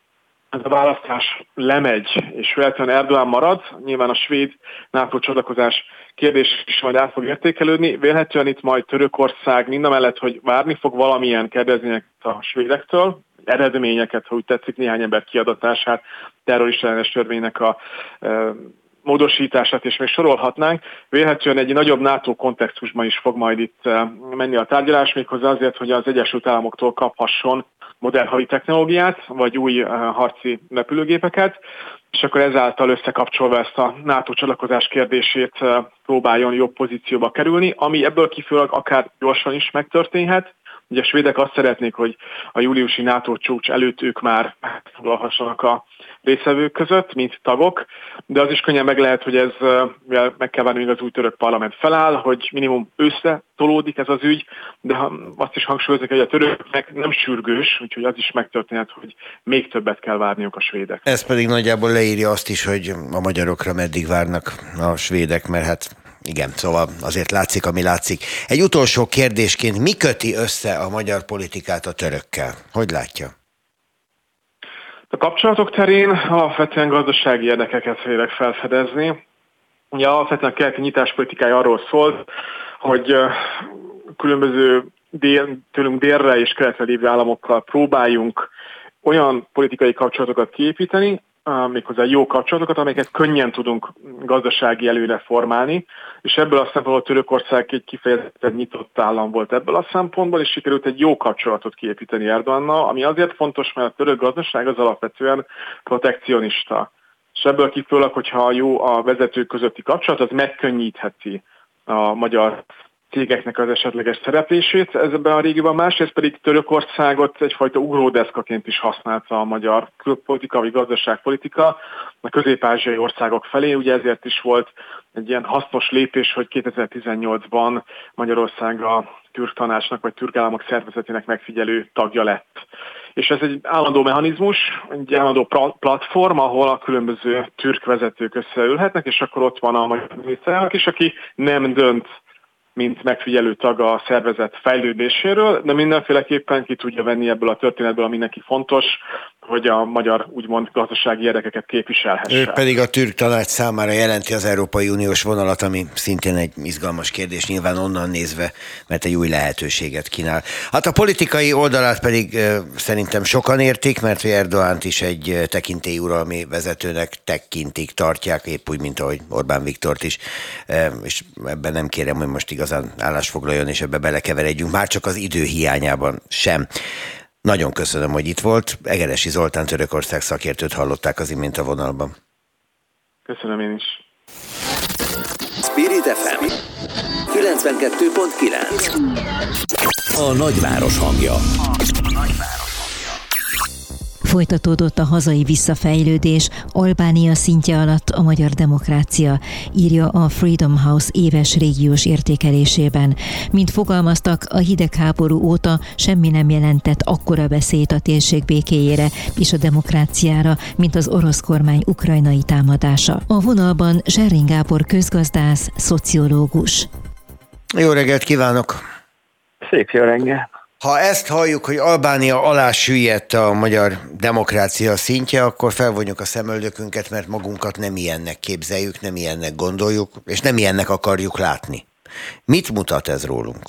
H: ez a választás lemegy, és véletlenül Erdoğan marad, nyilván a svéd NATO csatlakozás kérdés is majd át fog értékelődni. Vélhetően itt majd Törökország mindamellett, hogy várni fog valamilyen kérdezményeket a svédektől, eredményeket, ha úgy tetszik, néhány ember kiadatását, terrorista ellenes törvénynek a módosítását, és még sorolhatnánk. Vélhetően egy nagyobb NATO kontextusban is fog majd itt menni a tárgyalás, méghozzá azért, hogy az Egyesült Államoktól kaphasson modern haditechnológiát, vagy új harci repülőgépeket, és akkor ezáltal összekapcsolva ezt a NATO csatlakozás kérdését próbáljon jobb pozícióba kerülni, ami ebből kifolyólag akár gyorsan is megtörténhet. Ugye a svédek azt szeretnék, hogy a júliusi NATO csúcs előtt ők már foglalhassanak a részvevők között, mint tagok, de az is könnyen meg lehet, hogy ez meg kell várni, hogy az új török parlament feláll, hogy minimum összetolódik ez az ügy, de azt is hangsúlyozni, hogy a töröknek nem sürgős, úgyhogy az is megtörténhet, hogy még többet kell várniuk a svédek.
B: Ez pedig nagyjából leírja azt is, hogy a magyarokra meddig várnak a svédek, mert hát igen, szóval azért látszik, ami látszik. Egy utolsó kérdésként, mi köti össze a magyar politikát a törökkel? Hogy látja?
H: A kapcsolatok terén alapvetően gazdasági érdekeket félek felfedezni. Ugye alapvetően a keleti nyitáspolitikája arról szólt, hogy különböző tőlünk délre és keletre lévő államokkal próbáljunk olyan politikai kapcsolatokat kiépíteni, méghozzá jó kapcsolatokat, amelyeket könnyen tudunk gazdasági előre formálni, és ebből a szempontból Törökország egy kifejezetten nyitott állam volt ebből a szempontból, és sikerült egy jó kapcsolatot kiépíteni Erdoğannal, ami azért fontos, mert a török gazdaság az alapvetően protekcionista. És ebből kifolyólag, hogyha jó a vezetők közötti kapcsolat, az megkönnyítheti a magyar cégeknek az esetleges szereplését ebben a régióban, másrészt pedig Törökországot egyfajta ugródeszkaként is használta a magyar külpolitika vagy gazdaságpolitika a közép-ázsiai országok felé. Ugye ezért is volt egy ilyen hasznos lépés, hogy 2018-ban Magyarország a türk tanácsnak vagy türk államok szervezetének megfigyelő tagja lett. És ez egy állandó mechanizmus, egy állandó platform, ahol a különböző türk vezetők összeülhetnek, és akkor ott van a magyar miniszterelnök is, aki nem dönt, mint megfigyelő tag a szervezet fejlődéséről, de mindenféleképpen ki tudja venni ebből a történetből, ami neki fontos, hogy a magyar úgymond gazdasági érdekeket képviselhesse.
B: Ő pedig a türk tanács számára jelenti az Európai Uniós vonalat, ami szintén egy izgalmas kérdés, nyilván onnan nézve, mert egy új lehetőséget kínál. Hát a politikai oldalát pedig szerintem sokan értik, mert Erdoğant is egy tekintélyuralmi vezetőnek tekintik, tartják, épp úgy, mint ahogy Orbán Viktort is, és ebben nem kérem, hogy most igazán állásfoglaljon, és ebbe belekeveredjünk, már csak az idő hiányában sem. Nagyon köszönöm, hogy itt volt. Egeresi Zoltán Törökország szakértőt hallották az imént a vonalban.
H: Köszönöm én is.
A: Spirit FM 92.9. A nagyváros hangja.
C: Folytatódott a hazai visszafejlődés Albánia szintje alatt a magyar demokrácia, írja a Freedom House éves régiós értékelésében. Mint fogalmaztak, a hidegháború óta semmi nem jelentett akkora veszélyt a térség békéjére és a demokráciára, mint az orosz kormány ukrajnai támadása. A vonalban Zserrin Gábor közgazdász, szociológus.
B: Jó reggelt kívánok!
I: Szép jó reggelt!
B: Ha ezt halljuk, hogy Albánia alá süllyedt a magyar demokrácia szintje, akkor felvonjuk a szemöldökünket, mert magunkat nem ilyennek képzeljük, nem ilyennek gondoljuk, és nem ilyennek akarjuk látni. Mit mutat ez rólunk?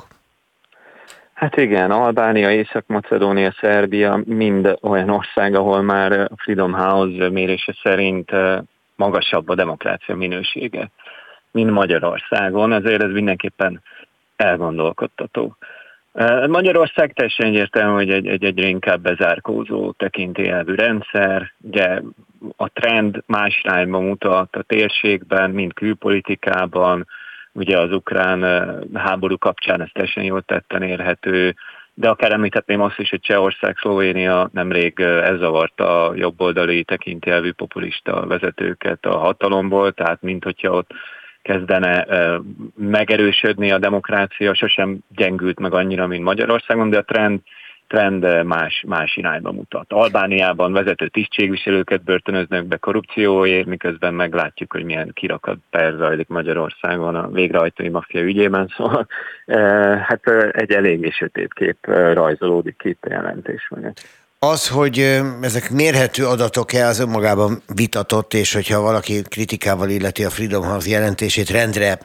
I: Hát igen, Albánia, Észak-Macedónia, Szerbia mind olyan ország, ahol már a Freedom House mérése szerint magasabb a demokrácia minősége, mint Magyarországon, ezért ez mindenképpen elgondolkodtató. Magyarország teljesen egyértelmű, hogy egy egyre inkább bezárkózó tekintélyelvű rendszer, ugye a trend más irányba mutat a térségben, mind külpolitikában, ugye az ukrán háború kapcsán ez teljesen jól tetten érhető, de akár említhetném azt is, hogy Csehország, Szlovénia nemrég elzavarta a jobboldali tekintélyelvű populista vezetőket a hatalomból, tehát mint hogyha ott kezdene megerősödni a demokrácia, sosem gyengült meg annyira, mint Magyarországon, de a trend más irányba mutat. Albániában vezető tisztségviselőket börtönöznek be korrupcióért, miközben meglátjuk, hogy milyen kirakat per zajlik Magyarországon a végrehajtói maffia ügyében, szóval hát egy eléggé sötét kép rajzolódik ki itt a jelentés mögött.
B: Az, hogy ezek mérhető adatok-e, az önmagában vitatott, és hogyha valaki kritikával illeti a Freedom House jelentését, rendre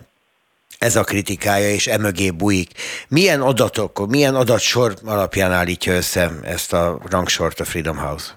B: ez a kritikája, és emögé bújik. Milyen adatok, milyen adatsor alapján állítja össze ezt a rangsort a Freedom House?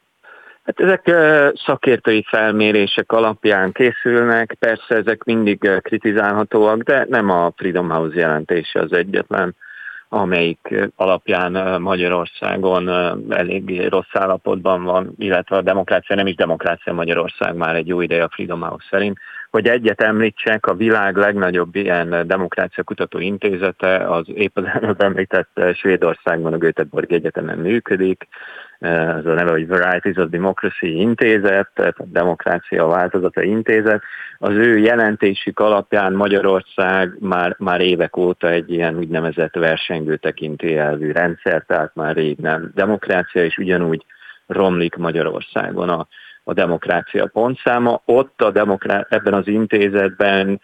I: Hát ezek szakértői felmérések alapján készülnek, persze ezek mindig kritizálhatóak, de nem a Freedom House jelentése az egyetlen, amelyik alapján Magyarországon eléggé rossz állapotban van, illetve a demokrácia, nem is demokrácia Magyarország már egy jó ideje a Freedom House szerint. Hogy egyet említsek, a világ legnagyobb ilyen demokrácia kutató intézete, az épp az előbb említett Svédországban a Göteborgi Egyetemen működik, ez a neve, hogy Varieties of Democracy intézet, tehát a Demokrácia Változata intézet. Az ő jelentésük alapján Magyarország már évek óta egy ilyen úgynevezett versengő tekintélyelvű rendszer, tehát már rég nem demokrácia, és ugyanúgy romlik Magyarországon a demokrácia pontszáma. Ott ebben az intézetben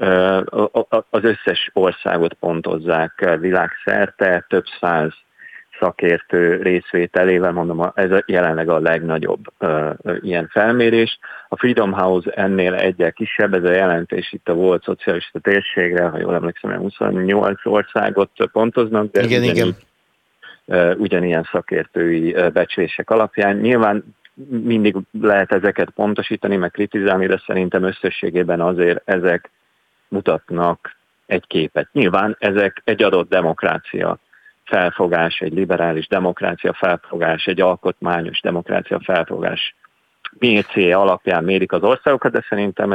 I: az összes országot pontozzák világszerte, több száz szakértő részvételével, mondom, ez jelenleg a legnagyobb ilyen felmérés. A Freedom House ennél egyel kisebb, ez a jelentés itt a volt szocialista térségre, ha jól emlékszem, 28 országot pontoznak, de
B: igen.
I: Ugyanilyen szakértői becslések alapján. Nyilván mindig lehet ezeket pontosítani, meg kritizálni, de szerintem összességében azért ezek mutatnak egy képet. Nyilván ezek egy adott demokrácia felfogás, egy liberális demokrácia felfogás, egy alkotmányos demokrácia felfogás mércé alapján mérik az országokat, de szerintem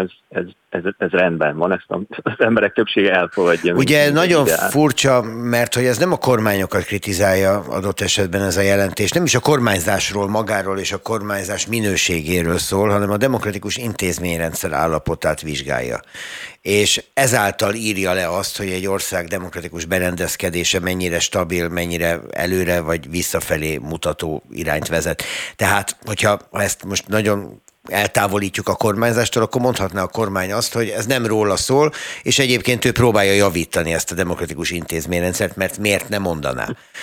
I: ez rendben van, ezt az emberek többsége elfogadja.
B: Ugye nagyon furcsa, mert hogy ez nem a kormányokat kritizálja adott esetben ez a jelentés, nem is a kormányzásról magáról és a kormányzás minőségéről szól, hanem a demokratikus intézményrendszer állapotát vizsgálja. És ezáltal írja le azt, hogy egy ország demokratikus berendezkedése mennyire stabil, mennyire előre vagy visszafelé mutató irányt vezet. Tehát, hogyha ezt most nagyon eltávolítjuk a kormányzástól, akkor mondhatná a kormány azt, hogy ez nem róla szól, és egyébként ő próbálja javítani ezt a demokratikus intézményrendszert, mert miért ne mondaná.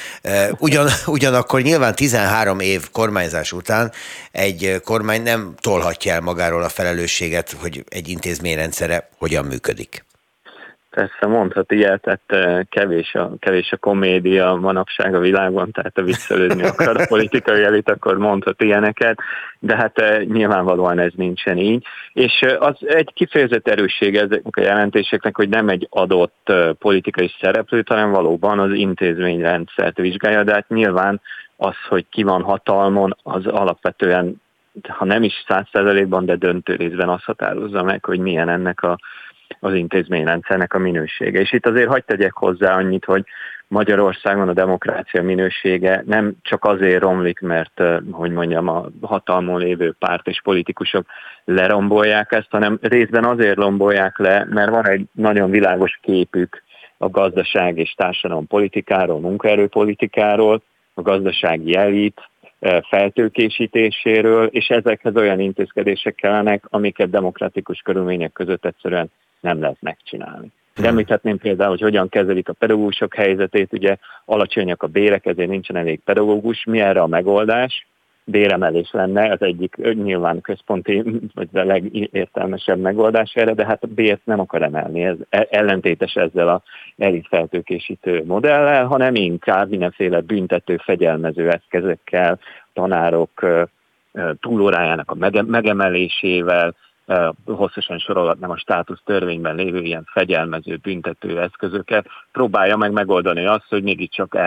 B: Ugyanakkor nyilván 13 év kormányzás után egy kormány nem tolhatja el magáról a felelősséget, hogy egy intézményrendszere hogyan működik.
I: Persze mondhat ilyet, tehát kevés a komédia manapság a világban, tehát ha viccelődni akar a politikai elit, akkor mondhat ilyeneket, de hát nyilvánvalóan ez nincsen így. És az egy kifejezett erőssége ezeknek a jelentéseknek, hogy nem egy adott politikai szereplőt, hanem valóban az intézményrendszert vizsgálja, de hát nyilván az, hogy ki van hatalmon, az alapvetően, ha nem is 100%-ban, de döntő részben azt határozza meg, hogy milyen ennek az intézményrendszernek a minősége. És itt azért hadd tegyek hozzá annyit, hogy Magyarországon a demokrácia minősége nem csak azért romlik, mert, hogy mondjam, a hatalmon lévő párt és politikusok lerombolják ezt, hanem részben azért rombolják le, mert van egy nagyon világos képük a gazdaság és társadalom politikáról, munkaerőpolitikáról, a gazdasági elit feltőkésítéséről, és ezekhez olyan intézkedések kellenek, amiket demokratikus körülmények között egyszerűen nem lehet megcsinálni. Említhetném például, hogy hogyan kezelik a pedagógusok helyzetét, ugye alacsonyak a bérek, ezért nincsen elég pedagógus. Mi erre a megoldás? Béremelés lenne, az egyik nyilván központi, vagy a legértelmesebb megoldás erre, de hát a bért nem akar emelni, ez ellentétes ezzel a elitfeltőkésítő modellel, hanem inkább mindenféle büntető, fegyelmező eszközökkel, tanárok túlórájának a megemelésével, hosszasan sorolhatnám a státusz törvényben lévő ilyen fegyelmező, büntető eszközöket, próbálja meg megoldani azt, hogy mégiscsak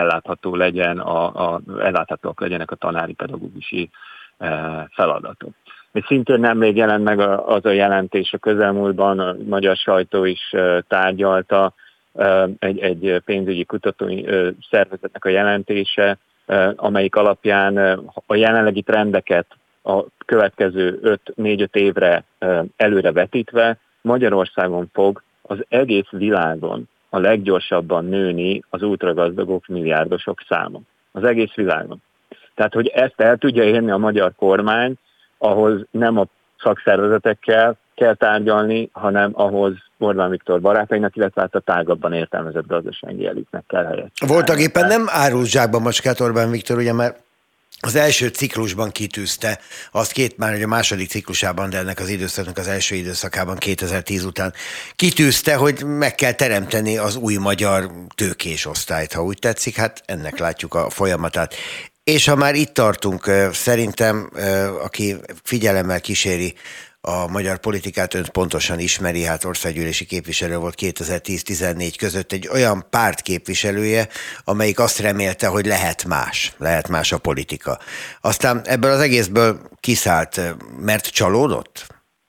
I: elláthatóak legyenek a tanári pedagógusi feladatok. És szintén nemrég jelent meg az a jelentés a közelmúltban, a magyar sajtó is tárgyalta, egy pénzügyi kutatói szervezetnek a jelentése, amelyik alapján a jelenlegi trendeket a következő 4-5 évre előre vetítve Magyarországon fog az egész világon a leggyorsabban nőni az ultragazdagok, milliárdosok száma. Az egész világon. Tehát, hogy ezt el tudja érni a magyar kormány, ahhoz nem a szakszervezetekkel kell tárgyalni, hanem ahhoz Orbán Viktor barátainak, illetve hát a tágabban értelmezett gazdasági elitnek kell helyet.
B: Voltak éppen nem árul zsákba macskát Orbán Viktor, ugye már az első ciklusban kitűzte, azt már hogy a második ciklusában, de ennek az időszaknak az első időszakában 2010 után kitűzte, hogy meg kell teremteni az új magyar tőkés osztályt, ha úgy tetszik, hát ennek látjuk a folyamatát. És ha már itt tartunk, szerintem, aki figyelemmel kíséri a magyar politikát, önt pontosan ismeri, hát országgyűlési képviselő volt 2010-14 között, egy olyan párt képviselője, amelyik azt remélte, hogy lehet más a politika. Aztán ebből az egészből kiszállt, mert csalódott?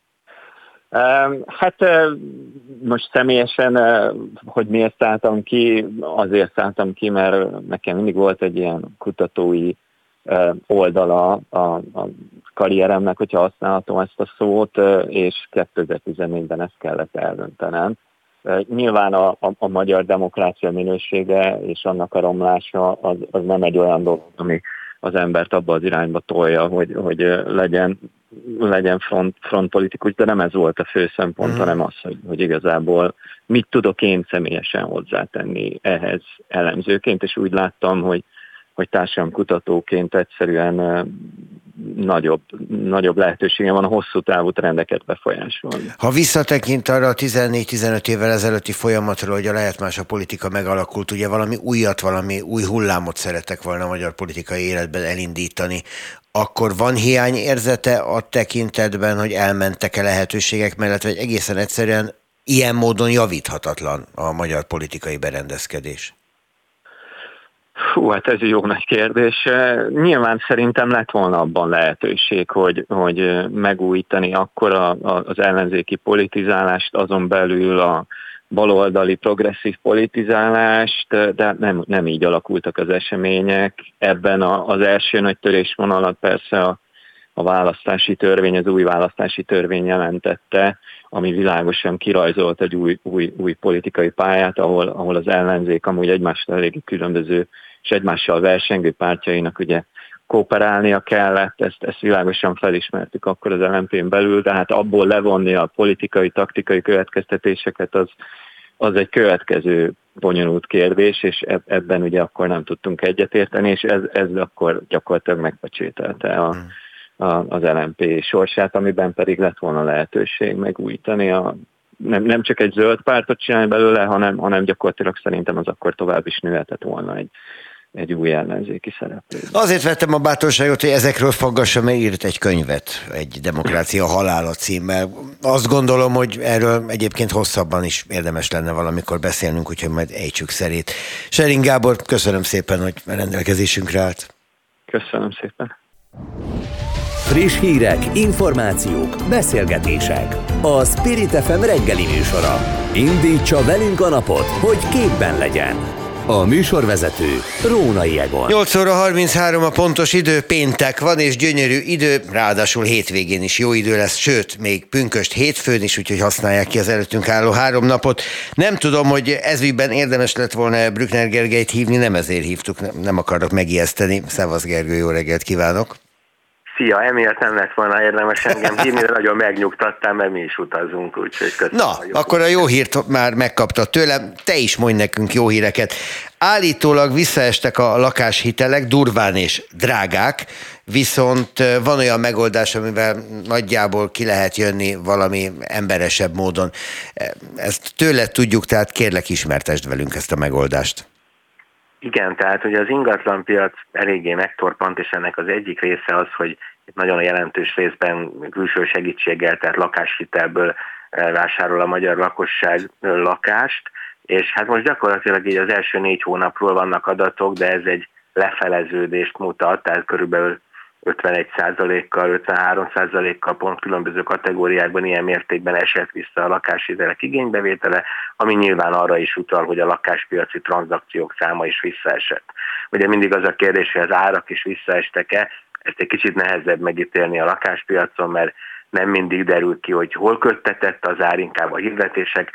I: Hát most személyesen, hogy miért szálltam ki, azért szálltam ki, mert nekem mindig volt egy ilyen kutatói oldala a karrieremnek, hogyha használhatom ezt a szót, és 2014-ben ezt kellett eldöntenem. Nyilván a magyar demokrácia minősége és annak a romlása az nem egy olyan dolog, ami az embert abba az irányba tolja, hogy legyen frontpolitikus, de nem ez volt a fő szempont, hanem az, hogy igazából mit tudok én személyesen hozzátenni ehhez elemzőként, és úgy láttam, hogy társadalomkutatóként egyszerűen nagyobb lehetősége van a hosszú távú trendeket befolyásolni.
B: Ha visszatekint arra a 14-15 évvel ezelőtti folyamatról, hogy a lehet más a politika megalakult, ugye valami újat, valami új hullámot szerettek volna a magyar politikai életben elindítani, akkor van hiányérzete a tekintetben, hogy elmentek-e lehetőségek mellett, vagy egészen egyszerűen ilyen módon javíthatatlan a magyar politikai berendezkedés?
I: Hát ez egy jó nagy kérdés. Nyilván szerintem lett volna abban lehetőség, hogy megújítani akkor az ellenzéki politizálást, azon belül a baloldali progresszív politizálást, de nem így alakultak az események. Ebben az első nagy törésvonalat persze a választási törvény, az új választási törvény jelentette, ami világosan kirajzolt egy új politikai pályát, ahol az ellenzék amúgy egymástól eléggé különböző és egymással versengő pártjainak ugye kooperálnia kellett, ezt világosan felismertük akkor az LMP-n belül, de hát abból levonni a politikai, taktikai következtetéseket az egy következő bonyolult kérdés, és ebben ugye akkor nem tudtunk egyetérteni, és ez akkor gyakorlatilag megpecsételte az LMP sorsát, amiben pedig lett volna lehetőség megújítani nem csak egy zöld pártot csinálni belőle, hanem gyakorlatilag szerintem az akkor tovább is nőhetett volna egy új ellenzéki szereplő.
B: Azért vettem a bátorságot, hogy ezekről faggassam, mert írt egy könyvet, egy Demokrácia halála címmel. Azt gondolom, hogy erről egyébként hosszabban is érdemes lenne valamikor beszélnünk, úgyhogy majd ejtsük szerét. Schering Gábor, köszönöm szépen, hogy rendelkezésünkre állt.
I: Köszönöm szépen.
A: Friss hírek, információk, beszélgetések. A Spirit FM reggeli műsora. Indítsa velünk a napot, hogy képben legyen. A műsorvezető Rónai Egon.
B: 8 óra 33 a pontos idő, péntek van és gyönyörű idő, ráadásul hétvégén is jó idő lesz, sőt, még pünkösd hétfőn is, úgyhogy használják ki az előttünk álló 3 napot. Nem tudom, hogy ezügyben érdemes lett volna Brückner Gergelyt hívni, nem ezért hívtuk, nem akarok megijeszteni. Szevasz Gergő, jó reggelt kívánok!
J: Szia, emiatt nem lett volna érdemes engem hívni, de nagyon megnyugtattál, mert mi is utazunk, úgyhogy köszönöm.
B: Na, akkor a jó hírt már megkaptad tőlem, te is mondj nekünk jó híreket. Állítólag visszaestek a lakáshitelek, durván és drágák, viszont van olyan megoldás, amivel nagyjából ki lehet jönni valami emberesebb módon. Ezt tőled tudjuk, tehát kérlek ismertesd velünk ezt a megoldást.
J: Igen, tehát ugye az ingatlanpiac eléggé megtorpant, és ennek az egyik része az, hogy nagyon jelentős részben külső segítséggel, tehát lakáshitelből vásárol a magyar lakosság lakást, és hát most gyakorlatilag így az első 4 hónapról vannak adatok, de ez egy lefeleződést mutat, tehát körülbelül 51%-kal, 53%-kal pont különböző kategóriákban ilyen mértékben esett vissza a lakáshitelek igénybevétele, ami nyilván arra is utal, hogy a lakáspiaci tranzakciók száma is visszaesett. Ugye mindig az a kérdés, hogy az árak is visszaestek-e, ezt egy kicsit nehezebb megítélni a lakáspiacon, mert nem mindig derül ki, hogy hol köttetett az ár, inkább a hirdetések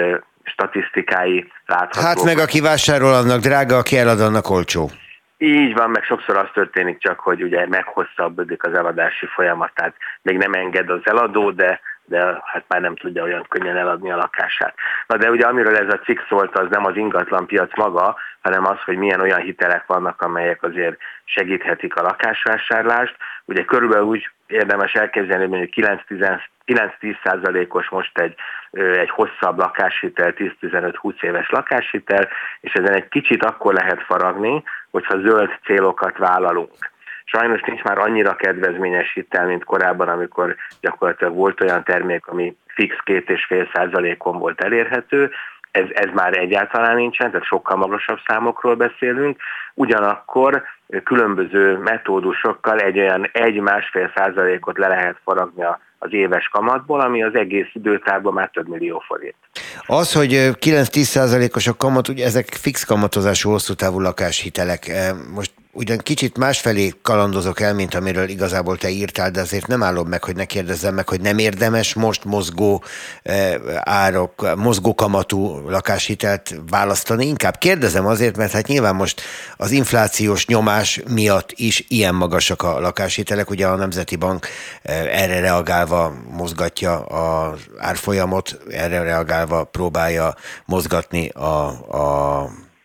J: statisztikái láthatók.
B: Hát meg aki vásárol, annak drága, aki elad, annak olcsó.
J: Így van, meg sokszor az történik csak, hogy ugye meghosszabbodik az eladási folyamat, tehát még nem enged az eladó, de hát már nem tudja olyan könnyen eladni a lakását. Na de ugye amiről ez a cikk szólt, az nem az ingatlanpiac maga, hanem az, hogy milyen olyan hitelek vannak, amelyek azért segíthetik a lakásvásárlást. Ugye körülbelül úgy érdemes elképzelni, hogy mondjuk 9-10%-os most egy hosszabb lakáshitel, 10-15-20 éves lakáshitel, és ezen egy kicsit akkor lehet faragni, hogyha zöld célokat vállalunk. Sajnos nincs már annyira kedvezményes hitel, mint korábban, amikor gyakorlatilag volt olyan termék, ami fix 2,5%-on volt elérhető, ez már egyáltalán nincsen, tehát sokkal magasabb számokról beszélünk, ugyanakkor különböző metódusokkal egy olyan 1-1,5%-ot le lehet faragni az éves kamatból, ami az egész időtávban már több millió forint.
B: Az, hogy 9-10%-os a kamat, ugye ezek fix kamatozású hosszú távú lakáshitelek. Most ugyan kicsit másfelé kalandozok el, mint amiről igazából te írtál, de azért nem állom meg, hogy ne kérdezzem meg, hogy nem érdemes most mozgó árok, mozgó kamatú lakáshitelt választani. Inkább kérdezem azért, mert hát nyilván most az inflációs nyomás miatt is ilyen magasak a lakáshitelek. Ugye a Nemzeti Bank erre reagálva mozgatja az árfolyamot, erre reagálva próbálja mozgatni a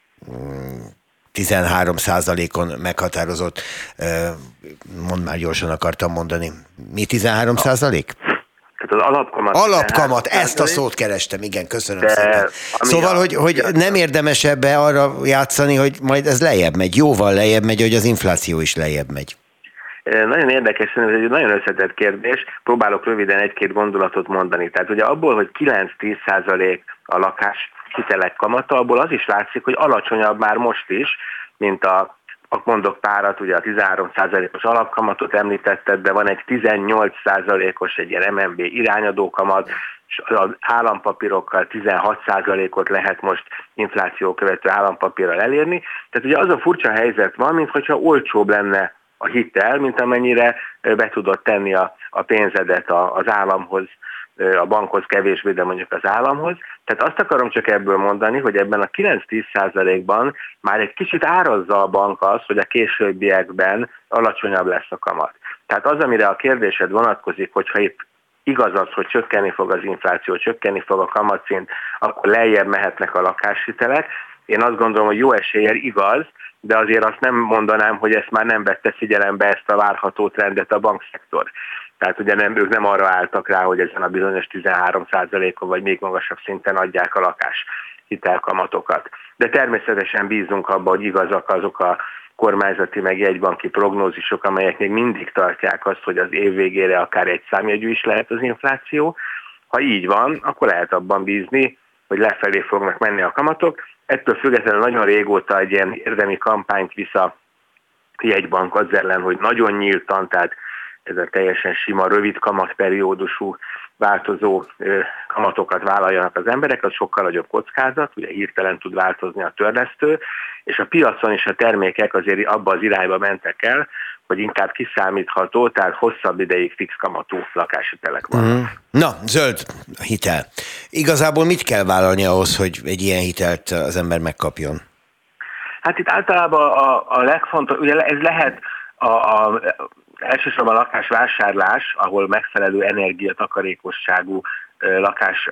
B: 13%-on meghatározott, mondd már gyorsan akartam mondani, mi 13%?
J: Tehát az alapkamat.
B: Alapkamat, ezt a szót kerestem, igen, köszönöm szépen. Szóval, hogy nem érdemes ebbe arra játszani, hogy majd ez lejjebb megy, jóval lejjebb megy, hogy az infláció is lejjebb megy.
J: Nagyon érdekes, szerintem ez egy nagyon összetett kérdés. Próbálok röviden 1-2 gondolatot mondani. Tehát ugye abból, hogy 9-10% a lakáshitelek kamata, abból az is látszik, hogy alacsonyabb már most is, mint mondok párat, ugye a 13%-os alapkamatot említetted, de van egy 18%-os egy ilyen MNB irányadó kamat, és az állampapírokkal 16%-ot lehet most infláció követő állampapírral elérni. Tehát ugye az a furcsa helyzet van, mintha olcsóbb lenne a hitel, mint amennyire be tudod tenni a pénzedet az államhoz, a bankhoz kevésbé, de mondjuk az államhoz. Tehát azt akarom csak ebből mondani, hogy ebben a 9-10%-ban már egy kicsit árazza a bank az, hogy a későbbiekben alacsonyabb lesz a kamat. Tehát az, amire a kérdésed vonatkozik, hogyha épp igaz az, hogy csökkenni fog az infláció, csökkenni fog a kamatszint, akkor lejjebb mehetnek a lakáshitelek. Én azt gondolom, hogy jó eséllyel igaz, de azért azt nem mondanám, hogy ezt már nem vette figyelembe ezt a várható trendet a bankszektor. Tehát ugye ők nem arra álltak rá, hogy ezen a bizonyos 13%-on vagy még magasabb szinten adják a lakáshitelkamatokat. De természetesen bízunk abban, hogy igazak azok a kormányzati meg jegybanki prognózisok, amelyek még mindig tartják azt, hogy az év végére akár egy számjegyű is lehet az infláció. Ha így van, akkor lehet abban bízni, hogy lefelé fognak menni a kamatok. Ettől függetlenül nagyon régóta egy ilyen érdemi kampányt visz a jegybank az ellen, hogy nagyon nyíltan, tehát ez a teljesen sima, rövid kamatperiódusú változó kamatokat vállaljanak az emberek, az sokkal nagyobb kockázat, ugye hirtelen tud változni a törlesztő, és a piacon is a termékek azért abba az irányba mentek el, hogy inkább kiszámítható, tehát hosszabb ideig fix kamatú lakáshitelek vannak.
B: Na, zöld hitel. Igazából mit kell vállalni ahhoz, hogy egy ilyen hitelt az ember megkapjon?
J: Hát itt általában a legfontosabb, ugye ez lehet elsősorban a lakásvásárlás, ahol megfelelő energiatakarékosságú lakás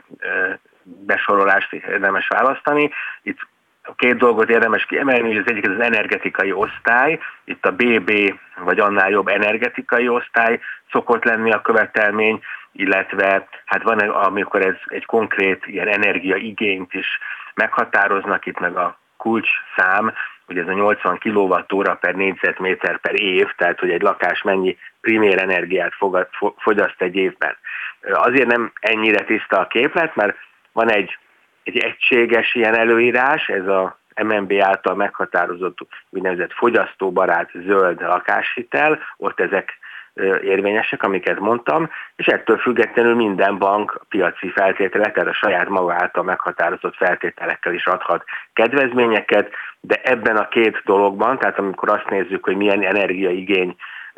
J: besorolást érdemes választani. Itt két dolgot érdemes kiemelni, hogy az egyik az energetikai osztály, itt a BB vagy annál jobb energetikai osztály szokott lenni a követelmény, illetve hát van, amikor ez egy konkrét ilyen energiaigényt is meghatároznak, itt meg a kulcsszám, hogy ez a 80 kWh per négyzetméter per év, tehát hogy egy lakás mennyi primér energiát fogyaszt egy évben. Azért nem ennyire tiszta a képlet, mert van egy egységes ilyen előírás, ez a MNB által meghatározott úgynevezett fogyasztóbarát zöld lakáshitel, ott ezek érvényesek, amiket mondtam, és ettől függetlenül minden bank piaci feltételek, tehát a saját maga által meghatározott feltételekkel is adhat kedvezményeket, de ebben a két dologban, tehát amikor azt nézzük, hogy milyen energiaigény,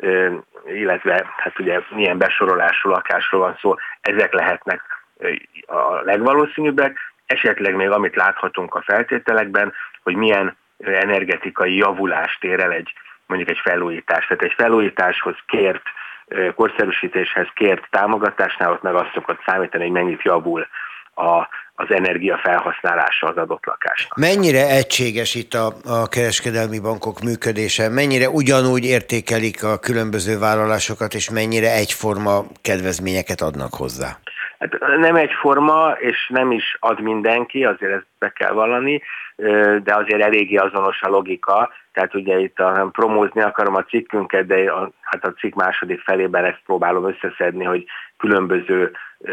J: illetve hát ugye milyen besorolású lakásról van szó, ezek lehetnek a legvalószínűbbek, esetleg még amit láthatunk a feltételekben, hogy milyen energetikai javulást ér el mondjuk egy felújítás. Tehát egy felújításhoz kért, korszerűsítéshez kért támogatásnál ott meg azt szokott számítani, hogy mennyit javul az energia felhasználása az adott lakásnak.
B: Mennyire egységes itt a kereskedelmi bankok működése? Mennyire ugyanúgy értékelik a különböző vállalásokat, és mennyire egyforma kedvezményeket adnak hozzá?
J: Hát nem egyforma, és nem is ad mindenki, azért ezt be kell vallani, de azért eléggé azonos a logika. Tehát ugye itt promózni akarom a cikkünket, de hát a cikk második felében ezt próbálom összeszedni, hogy különböző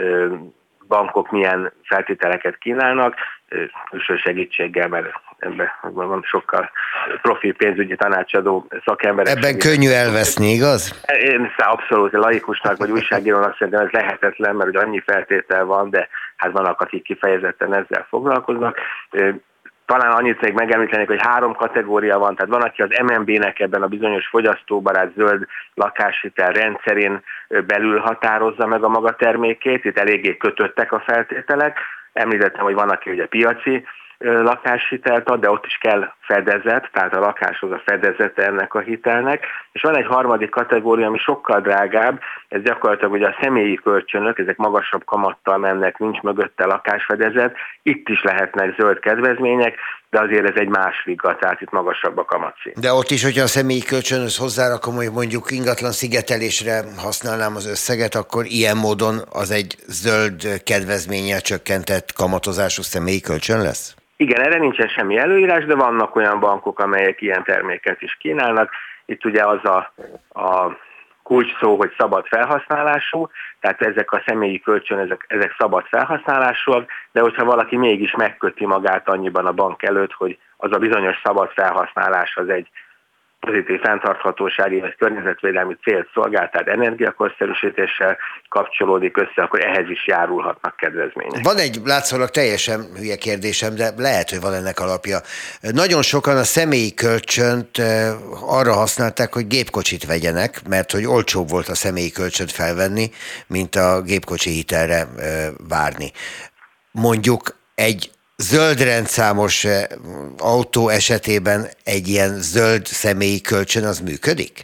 J: bankok milyen feltételeket kínálnak, külső segítséggel, mert ebben van sokkal profi pénzügyi tanácsadó szakemberek.
B: Ebben könnyű elveszni, igaz?
J: Én abszolút laikusnak vagy újságírónak szerintem ez lehetetlen, mert hogy annyi feltétel van, de hát vannak, akik kifejezetten ezzel foglalkoznak. Talán annyit még megemlítenék, hogy 3 kategória van, tehát van, aki az MNB-nek ebben a bizonyos fogyasztóbarát zöld lakáshitel rendszerén belül határozza meg a maga termékét, itt eléggé kötöttek a feltételek. Említettem, hogy van, aki ugye piaci lakáshitelt ad, de ott is kell fedezet, tehát a lakáshoz a fedezete ennek a hitelnek. És van egy harmadik kategória, ami sokkal drágább, ez gyakorlatilag ugye a személyi kölcsönök, ezek magasabb kamattal mennek, nincs mögötte lakásfedezet, itt is lehetnek zöld kedvezmények, de azért ez egy más liga, tehát itt magasabb a kamatszint.
B: De ott is, hogyha a személyi kölcsönhöz hozzárakom, hogy mondjuk ingatlan szigetelésre használnám az összeget, akkor ilyen módon az egy zöld kedvezménnyel csökkentett kamatozású személyi kölcsön lesz?
J: Igen, erre nincsen semmi előírás, de vannak olyan bankok, amelyek ilyen terméket is kínálnak. Itt ugye az a kulcs szó, hogy szabad felhasználású, tehát ezek a személyi kölcsön, ezek szabad felhasználásúak, de hogyha valaki mégis megköti magát annyiban a bank előtt, hogy az a bizonyos szabad felhasználás az egy pozitív fenntarthatósági vagy környezetvédelmi célt szolgál, tehát energiakorszerűsítéssel kapcsolódik össze, akkor ehhez is járulhatnak kedvezmények.
B: Van egy látszólag teljesen hülye kérdésem, de lehet, hogy van ennek alapja. Nagyon sokan a személyi kölcsönt arra használták, hogy gépkocsit vegyenek, mert hogy olcsóbb volt a személyi kölcsönt felvenni, mint a gépkocsi hitelre várni. Mondjuk egy zöld rendszámos autó esetében egy ilyen zöld személyi kölcsön az működik?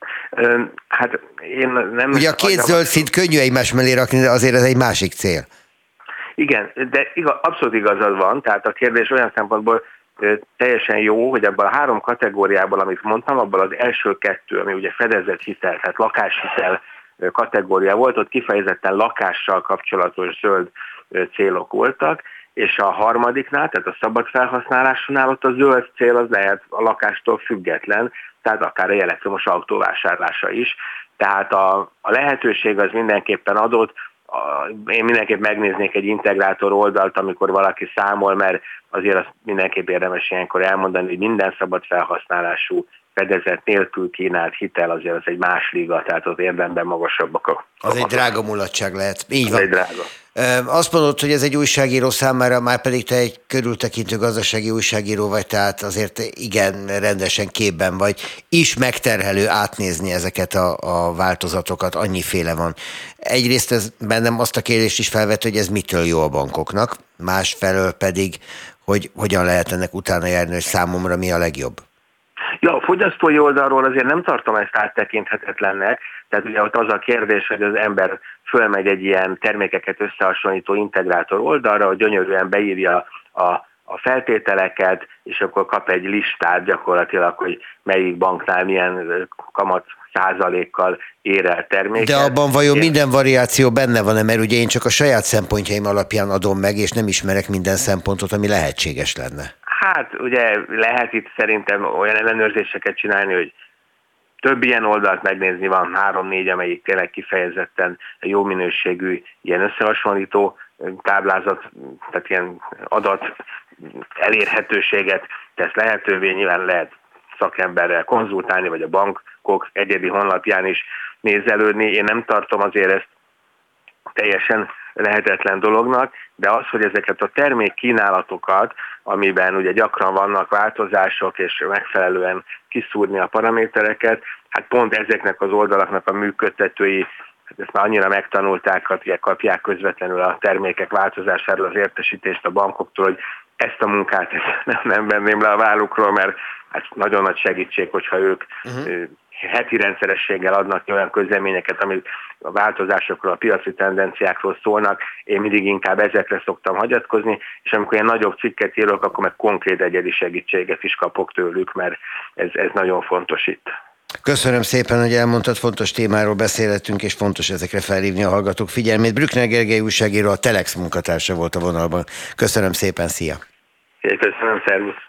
J: Hát én nem...
B: Ugye a két zöld szint könnyű egymás mellé rakni, de azért ez egy másik cél.
J: Igen, de abszolút igazad van, tehát a kérdés olyan szempontból teljesen jó, hogy abban a 3 kategóriából, amit mondtam, abban az első 2, ami ugye fedezett hitel, tehát lakáshitel kategória volt, ott kifejezetten lakással kapcsolatos zöld célok voltak, és a harmadiknál, tehát a szabad felhasználásnál ott a zöld cél az lehet a lakástól független, tehát akár egy elektromos autó vásárlása is. Tehát a lehetőség az mindenképpen adott. Én mindenképp megnéznék egy integrátor oldalt, amikor valaki számol, mert azért azt mindenképp érdemes ilyenkor elmondani, hogy minden szabad felhasználású fedezet nélkül kínált hitel azért az egy más liga, tehát az érdemben magasabbak a...
B: Az egy drága mulatság lehet. Így van.
J: Egy drága.
B: Azt mondod, hogy ez egy újságíró számára, már pedig te egy körültekintő gazdasági újságíró vagy, tehát azért igen, rendesen képben vagy. Is megterhelő átnézni ezeket a változatokat, annyiféle van. Egyrészt ez bennem azt a kérdést is felvet, hogy ez mitől jó a bankoknak, másfelől pedig, hogy hogyan lehet ennek utána járni, hogy számomra mi a legjobb.
J: Ja, a fogyasztói oldalról azért nem tartom ezt áttekinthetetlennek, tehát ugye ott az a kérdés, hogy az ember fölmegy egy ilyen termékeket összehasonlító integrátor oldalra, hogy gyönyörűen beírja a feltételeket, és akkor kap egy listát gyakorlatilag, hogy melyik banknál milyen kamat százalékkal ér el terméket.
B: De abban vajon minden variáció benne van-e, mert ugye én csak a saját szempontjaim alapján adom meg, és nem ismerek minden szempontot, ami lehetséges lenne.
J: Hát ugye lehet itt szerintem olyan ellenőrzéseket csinálni, hogy több ilyen oldalt megnézni, van 3-4, amelyik tényleg kifejezetten jó minőségű ilyen összehasonlító táblázat, tehát ilyen adat elérhetőséget tesz lehetővé, nyilván lehet szakemberrel konzultálni, vagy a bankok egyedi honlapján is nézelődni. Én nem tartom azért ezt teljesen lehetetlen dolognak, de az, hogy ezeket a termékkínálatokat, amiben ugye gyakran vannak változások, és megfelelően kiszúrni a paramétereket, hát pont ezeknek az oldalaknak a működtetői, hát ezt már annyira megtanulták, hogy kapják közvetlenül a termékek változásáról az értesítést a bankoktól, hogy ezt a munkát nem venném le a vállukról, mert hát nagyon nagy segítség, hogyha ők heti rendszerességgel adnak olyan közleményeket, amik a változásokról, a piaci tendenciákról szólnak. Én mindig inkább ezekre szoktam hagyatkozni, és amikor ilyen nagyobb cikket írok, akkor meg konkrét egyedi segítséget is kapok tőlük, mert ez nagyon fontos itt.
B: Köszönöm szépen, hogy elmondtad, fontos témáról beszélhetünk, és fontos ezekre felhívni a hallgatók figyelmét. Brückner Gergely újságíró, a Telex munkatársa volt a vonalban. Köszönöm szépen, szia!
J: Köszönöm, szervusz!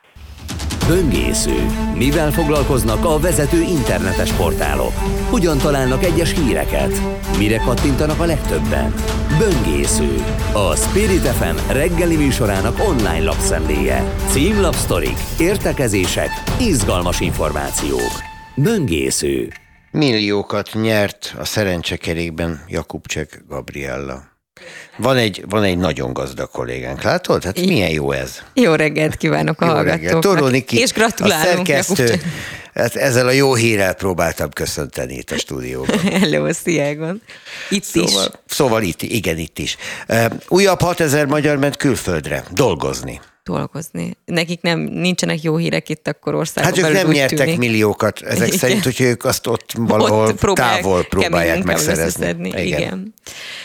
A: Böngésző. Mivel foglalkoznak a vezető internetes portálok? Hogyan találnak egyes híreket? Mire kattintanak a legtöbben? Böngésző. A Spirit FM reggeli műsorának online lapszemléje. Címlapsztorik, értekezések, izgalmas információk. Böngésző.
B: Milliókat nyert a szerencsekerékben Jakubcsek Gabriella. Van egy nagyon gazdag kollégánk, látod? Hát milyen jó ez.
K: Jó reggelt kívánok a hallgatóknak.
B: Toroniki,
K: és gratulálunk.
B: A szerkesztő. Hát ezzel a jó hírrel próbáltam köszönteni itt a stúdióban.
K: Hello, szia Egon.
B: Szóval itt is. Újabb 6000 magyar ment külföldre dolgozni.
K: Nekik nincsenek jó hírek itt akkor országon belül.
B: Hát ők nem nyertek milliókat ezek szerint, hogy ők azt ott valahol távol próbálják megszerezni.
K: Igen.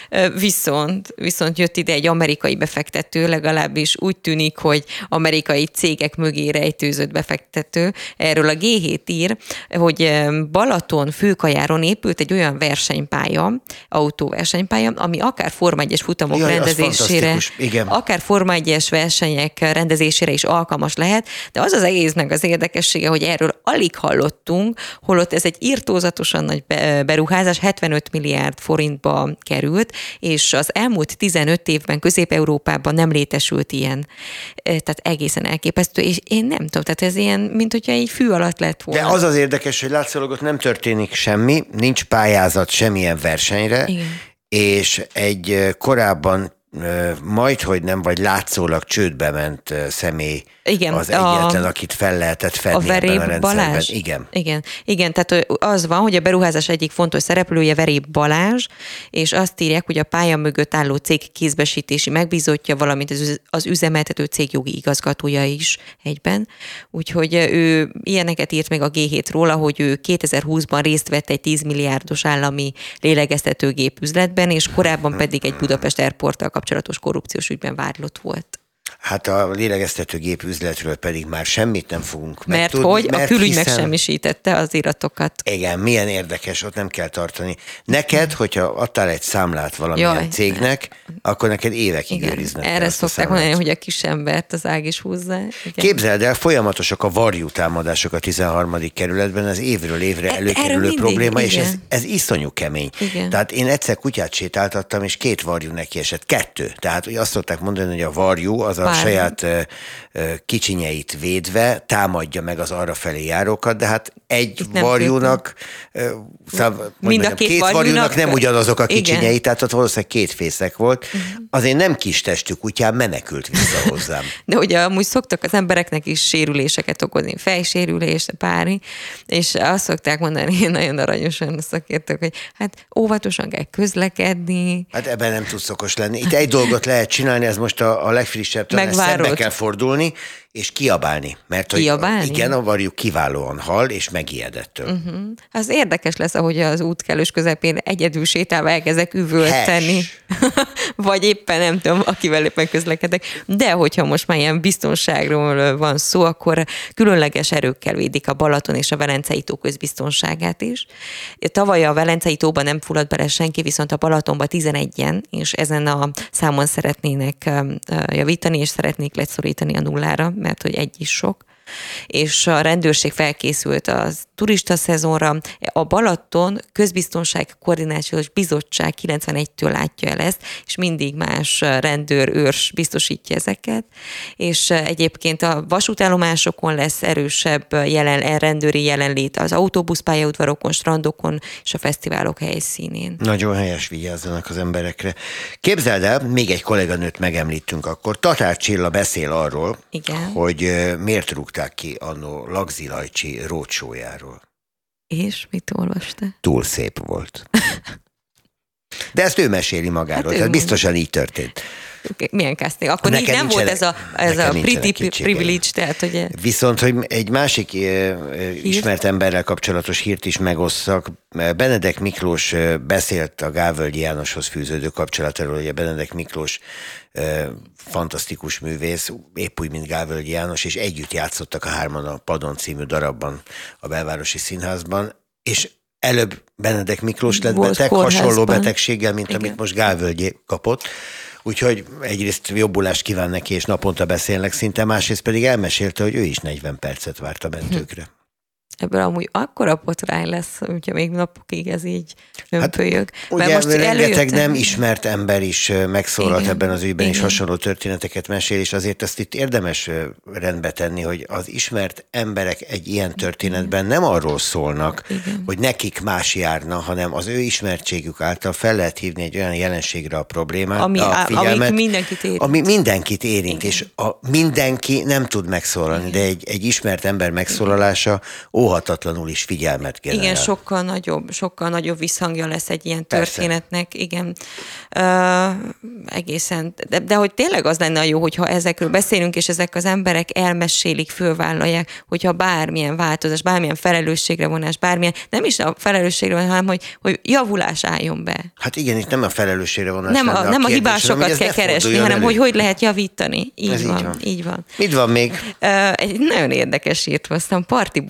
K: Viszont jött ide egy amerikai befektető, legalábbis úgy tűnik, hogy amerikai cégek mögé rejtőzött befektető. Erről a G7 ír, hogy Balaton főkajáron épült egy olyan versenypálya, autóversenypálya, ami akár Forma 1-es futamok rendezésére, akár Forma 1-es versenyek rendezésére is alkalmas lehet, de az egésznek az érdekessége, hogy erről alig hallottunk, holott ez egy irtózatosan nagy beruházás, 75 milliárd forintba került, és az elmúlt 15 évben Közép-Európában nem létesült ilyen. Tehát egészen elképesztő, és én nem tudom, tehát ez ilyen, mint hogyha egy fű alatt lett volna.
B: De az az érdekes, hogy látszólag ott nem történik semmi, nincs pályázat semmilyen versenyre, igen. És egy korábban majdhogy nem, vagy látszólag csődbe ment személy, igen, az egyetlen, akit fel lehetett fedni ebben a rendszerben.
K: Balázs? Igen, tehát az van, hogy a beruházás egyik fontos szereplője Veréb Balázs, és azt írják, hogy a pálya mögött álló cég kézbesítési megbízottja, valamint az üzemeltető cég jogi igazgatója is egyben. Úgyhogy ő ilyeneket írt meg a G7 róla, hogy ő 2020-ban részt vett egy 10 milliárdos állami lélegeztetőgép üzletben, és korábban pedig egy Budapest Airporttal kapcsolatos korrupciós ügyben vádlott volt.
B: Hát a lélegeztetőgép üzletről pedig már semmit nem fogunk
K: megtudni. Mert a külügy megsemmisítette az iratokat.
B: Igen, milyen érdekes, ott nem kell tartani. Neked, hogyha adtál egy számlát valamilyen cégnek, akkor neked évekig őriznek.
K: Erre szokták mondani, hogy a kis embert az ág is húzza. Igen.
B: Képzeld el, folyamatosak a varjú támadások a 13. kerületben, ez évről évre előkerülő probléma, igen. És ez iszonyú kemény. Igen. Tehát én egyszer kutyát sétáltattam, és 2 varjú neki esett. 2. Tehát azt szokták mondani, hogy a varjú az a saját kicsinyeit védve támadja meg az arrafelé járókat, de hát egy varjúnak, két varjúnak nem ugyanazok a kicsinyei, tehát ott valószínűleg 2 fészek volt. Azért nem kis testű kutyám menekült vissza hozzám.
K: De ugye amúgy szoktak az embereknek is sérüléseket okozni, fejsérülést, pári, és azt szokták mondani, nagyon aranyosan szakértők, hogy hát óvatosan kell közlekedni.
B: Hát ebben nem tudsz okos lenni. Itt egy dolgot lehet csinálni, ez most a legfrissebb szembe kell fordulni, és kiabálni. Mert hogy igen, a varjú kiválóan hal, és megijedettől.
K: Az érdekes lesz, ahogy az útkelős közepén egyedül sétálva elkezdek üvölteni. Vagy éppen nem tudom, akivel éppen közlekedek. De hogyha most már ilyen biztonságról van szó, akkor különleges erőkkel védik a Balaton és a Velencei tó közbiztonságát is. Tavaly a Velencei tóban nem fulladt bele senki, viszont a Balatonban 11-en, és ezen a számon szeretnének javítani, és szeretnék leszorítani a nullára, mert hogy egy is sok. És a rendőrség felkészült a turista szezonra. A Balaton Közbiztonság Koordinációs Bizottság 91-től látja el ezt, és mindig más rendőr, őrs biztosítja ezeket. És egyébként a vasútállomásokon lesz erősebb rendőri jelenlét az autóbuszpályaudvarokon, strandokon és a fesztiválok helyszínén.
B: Nagyon helyes, vigyázzanak az emberekre. Képzeld el, még egy kolléganőt megemlítünk akkor. Tatár Csilla beszél arról, igen, hogy miért rúgták ki annó Lagzi Lajcsi roadshow-járól.
K: És mit olvastál?
B: Túl szép volt. De ezt ő meséli magáról, tehát biztosan így történt.
K: Milyen casting? Akkor így nem volt ez a pretty privilege, tehát hogy...
B: Viszont, hogy egy másik ismert emberrel kapcsolatos hírt is megosszak. Benedek Miklós beszélt a Gálvölgyi Jánoshoz fűződő kapcsolatáról, hogy a Benedek Miklós fantasztikus művész, épp úgy, mint Gálvölgyi János, és együtt játszottak a 3-an a Padon című darabban a Belvárosi Színházban, és előbb Benedek Miklós lett beteg, hasonló betegséggel, mint igen, amit most Gálvölgyi kapott. Úgyhogy egyrészt jobbulást kíván neki, és naponta beszélnek szinte, másrészt pedig elmesélte, hogy ő is 40 percet várt a mentőkre.
K: Ebből amúgy akkora potrány lesz, hogyha még napokig ez így ömpölyög.
B: Hát, ugye most rengeteg nem ismert ember is megszólalt, igen, ebben az ügyben, és hasonló történeteket mesél, és azért ezt itt érdemes rendbe tenni, hogy az ismert emberek egy ilyen történetben nem arról szólnak, igen, hogy nekik más járna, hanem az ő ismertségük által fel lehet hívni egy olyan jelenségre a problémát, a figyelmet, ami mindenkit érint, igen, és mindenki nem tud megszólalni, igen, de egy ismert ember megszólalása óhatatlanul is figyelmet generál.
K: Igen, sokkal nagyobb visszhangja lesz egy ilyen történetnek, igen. Egészen. De hogy tényleg az lenne jó, hogyha ezekről beszélünk, és ezek az emberek elmesélik, fölvállalják, hogyha bármilyen változás, bármilyen felelősségre vonás, bármilyen, nem is a felelősségre vonás, hanem hogy javulás álljon be.
B: Hát igen, itt nem a felelősségre vonás.
K: Nem a hibásokat kell keresni, hanem hogy lehet javítani. Így van.
B: Mit van még?
K: Egy nagyon érdekes írt hoztam, partibuszt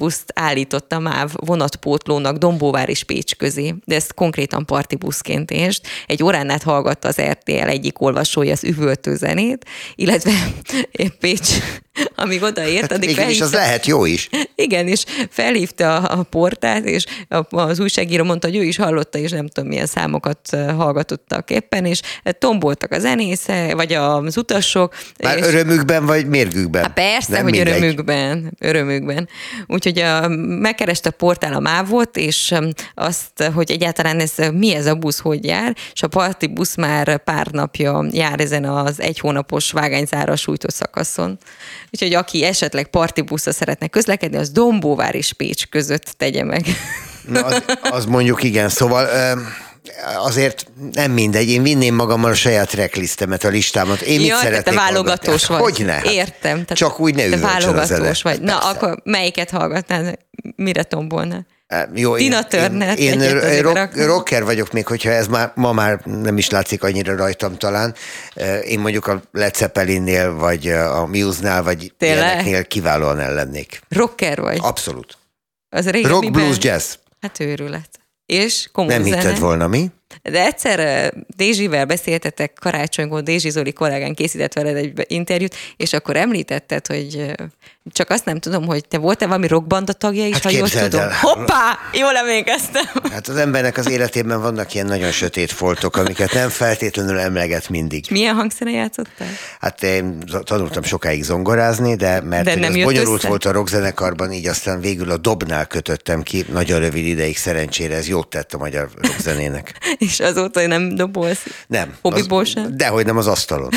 K: beállított a MÁV vonatpótlónak Dombóvár és Pécs közé, de ezt konkrétan partibuszként ést. Egy órán át hallgatta az RTL egyik olvasója az üvöltő zenét, illetve Pécs, amíg odaért, addig
B: felhívta. Az lehet jó is.
K: Igen, és felhívta a portát, és az újságíró mondta, hogy ő is hallotta, és nem tudom milyen számokat hallgatottak éppen, és tomboltak a zenésze, vagy az utasok.
B: Már örömükben, vagy mérgükben?
K: Hát persze,
B: nem
K: hogy
B: mindegy.
K: örömükben. Úgyhogy megkereste a portál a MÁV-ot, és azt, hogy egyáltalán mi ez a busz, hogy jár, és a parti busz már pár napja jár ezen az 1 hónapos vágányzárra sújtott szakaszon. Úgyhogy aki esetleg partibuszra szeretne közlekedni, az Dombóvár és Pécs között tegye meg.
B: Na, az mondjuk igen, szóval azért nem mindegy, én vinném magammal a saját tracklistemet, a listámat. Én mit szeretnék
K: te válogatós vagy.
B: Hogyne?
K: Értem. Tehát
B: csak úgy ne üvöltsön a zene.
K: Vagy. Na, akkor melyiket hallgatnál? Mire tombolnál?
B: Jó,
K: Tina Turner.
B: Én rocker vagyok, még hogyha ez ma már nem is látszik annyira rajtam talán. Én mondjuk a Led Zeppelinnél, vagy a Muse-nál, vagy ilyeneknél kiválóan ellennék.
K: Rocker vagy?
B: Abszolút.
K: Az régen
B: rock,
K: miben?
B: blues, jazz.
K: Hát őrület. És komoly
B: nem
K: zene.
B: hitted volna, mi?
K: De egyszer Dézsivel beszéltetek karácsonykor, Dézsi Zoli kollégán készített veled egy interjút, és akkor említetted, hogy csak azt nem tudom, hogy te voltál valami rockbanda tagja is,
B: hát
K: ha jól tudom.
B: El.
K: Hoppá! Jól emlékeztem.
B: Hát az embernek az életében vannak ilyen nagyon sötét foltok, amiket nem feltétlenül emleget mindig.
K: Milyen hangszeren játszottál?
B: Hát én tanultam sokáig zongorázni, de mert az bonyolult volt a rockzenekarban, így aztán végül a dobnál kötöttem ki, nagyon rövid ideig, szerencsére ez jót tett a magyar rockzenének.
K: És azóta nem dobolsz?
B: Nem.
K: Hobbiból sem?
B: Dehogy nem az asztalon.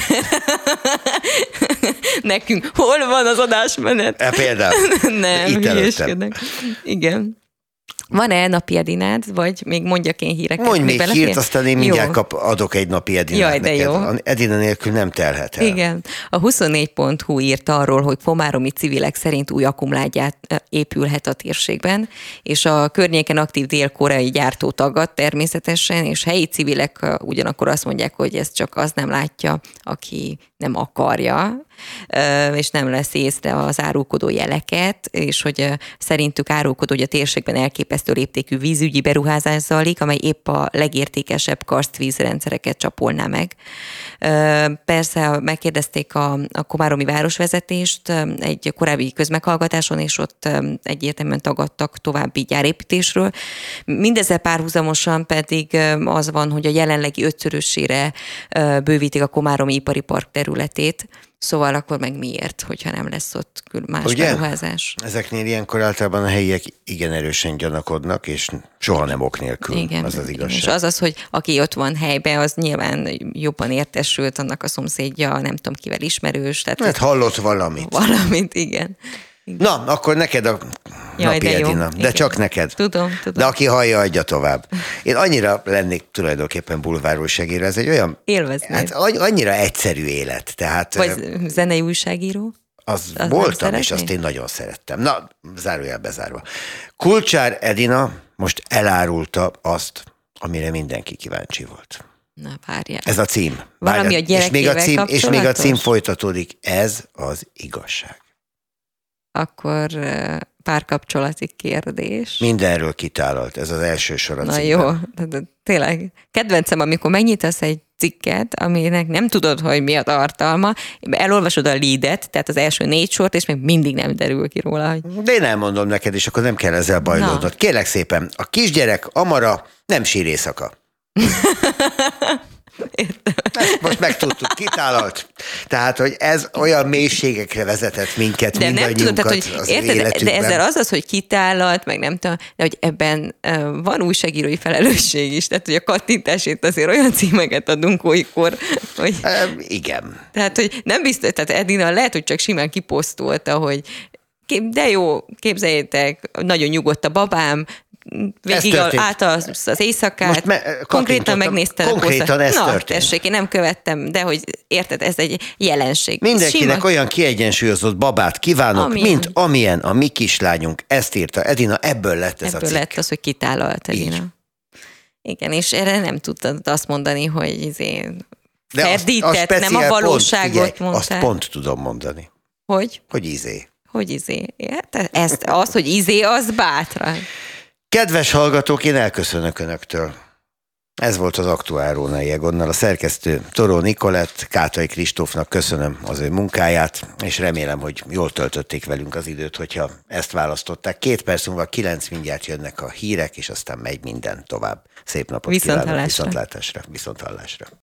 K: Nekünk hol van az adásmenet?
B: Például.
K: Nem, hülyéskednek. Igen. Van-e napi Edinád, vagy még mondjak én híreket?
B: Mondj még hírt, aztán én mindjárt adok egy napi Edinát.
K: Jaj, de
B: neked.
K: Jó.
B: Edina nélkül nem telhet el.
K: Igen. A 24.hu írt arról, hogy komáromi civilek szerint új akkumulátorgyár épülhet a térségben, és a környéken aktív dél-koreai gyártó tagad természetesen, és helyi civilek ugyanakkor azt mondják, hogy ezt csak az nem látja, aki nem akarja, és nem lesz észre az árulkodó jeleket, és hogy szerintük árulkodó, hogy a térségben elképesztő léptékű vízügyi beruházás zajlik, amely épp a legértékesebb karstvízrendszereket csapolná meg. Persze megkérdezték a komáromi városvezetést egy korábbi közmeghallgatáson, és ott egyértelműen tagadtak további gyárépítésről. Mindezzel párhuzamosan pedig az van, hogy a jelenlegi 5-szörösére bővítik a komáromi ipari park területét. Szóval akkor meg miért, hogyha nem lesz ott más beruházás?
B: Ezeknél ilyenkor általában a helyiek igen erősen gyanakodnak, és soha nem ok nélkül,
K: igen,
B: az igazság.
K: És az, hogy aki ott van helyben, az nyilván jobban értesült, annak a szomszédja, nem tudom kivel ismerős. Tehát
B: hát hallott valamit.
K: Valamit, igen.
B: Na, akkor neked a napi Edina, de igen. Csak neked.
K: Tudom.
B: De aki hallja, adja tovább. Én annyira lennék tulajdonképpen bulvárújságíró, ez egy olyan...
K: Élveznéd.
B: Hát annyira egyszerű élet. Tehát,
K: vagy zenei újságíró?
B: Az voltam, és azt én nagyon szerettem. Na, zárójel bezárva. Kulcsár Edina most elárulta azt, amire mindenki kíváncsi volt.
K: Na, várjál.
B: Ez a cím.
K: Valami a gyerekével kapcsolatos?
B: És még a cím folytatódik. Ez az igazság.
K: Akkor párkapcsolati kérdés.
B: Mindenről kitálalt, ez az első sor a
K: Na
B: címben.
K: jó, tényleg. Kedvencem, amikor megnyitasz egy cikket, aminek nem tudod, hogy mi a tartalma, elolvasod a leadet, tehát az első 4 sort, és még mindig nem derül ki róla. Hogy...
B: De én elmondom neked, és akkor nem kell ezzel bajlódnod. Kérlek szépen, a kisgyerek amara nem sír éjszaka.
K: Értem.
B: Ezt most megtudtuk, kitálalt. Tehát, hogy ez olyan mélységekre vezetett minket,
K: de
B: mindannyiunkat
K: nem tudod,
B: az
K: érted,
B: életükben.
K: De ezzel az, hogy kitálalt, meg nem tudom, de hogy ebben van újságírói felelősség is, tehát hogy a kattintásért azért olyan címeket adunk olykor, hogy...
B: Igen.
K: Tehát, hogy nem biztos, tehát Edina lehet, hogy csak simán kiposztolta, hogy de jó, képzeljétek, nagyon nyugodt a babám, végig át az éjszakát, konkrétan megnéztem.
B: Konkrétan ez történt.
K: Tessék, én nem követtem, de hogy érted, ez egy jelenség.
B: Mindenkinek olyan kiegyensúlyozott babát kívánok, mint amilyen a mi kislányunk. Ezt írta Edina, ebből lett ez a cikk.
K: Ebből lett az, hogy kitálalt Edina. Így. Igen, és erre nem tudtad azt mondani, hogy ferdített, nem a valóságot mondtál.
B: Azt pont tudom mondani.
K: Hogy?
B: Hogy
K: Hogy Hát hogy az bátran.
B: Kedves hallgatók, én elköszönök Önöktől. Ez volt az Aktuál Rónai Egonnal. A szerkesztő Toró Nikolett, Kátai Kristófnak köszönöm az ő munkáját, és remélem, hogy jól töltötték velünk az időt, hogyha ezt választották. 2 perc múlva 9 mindjárt jönnek a hírek, és aztán megy minden tovább. Szép napot kívánok, viszontlátásra.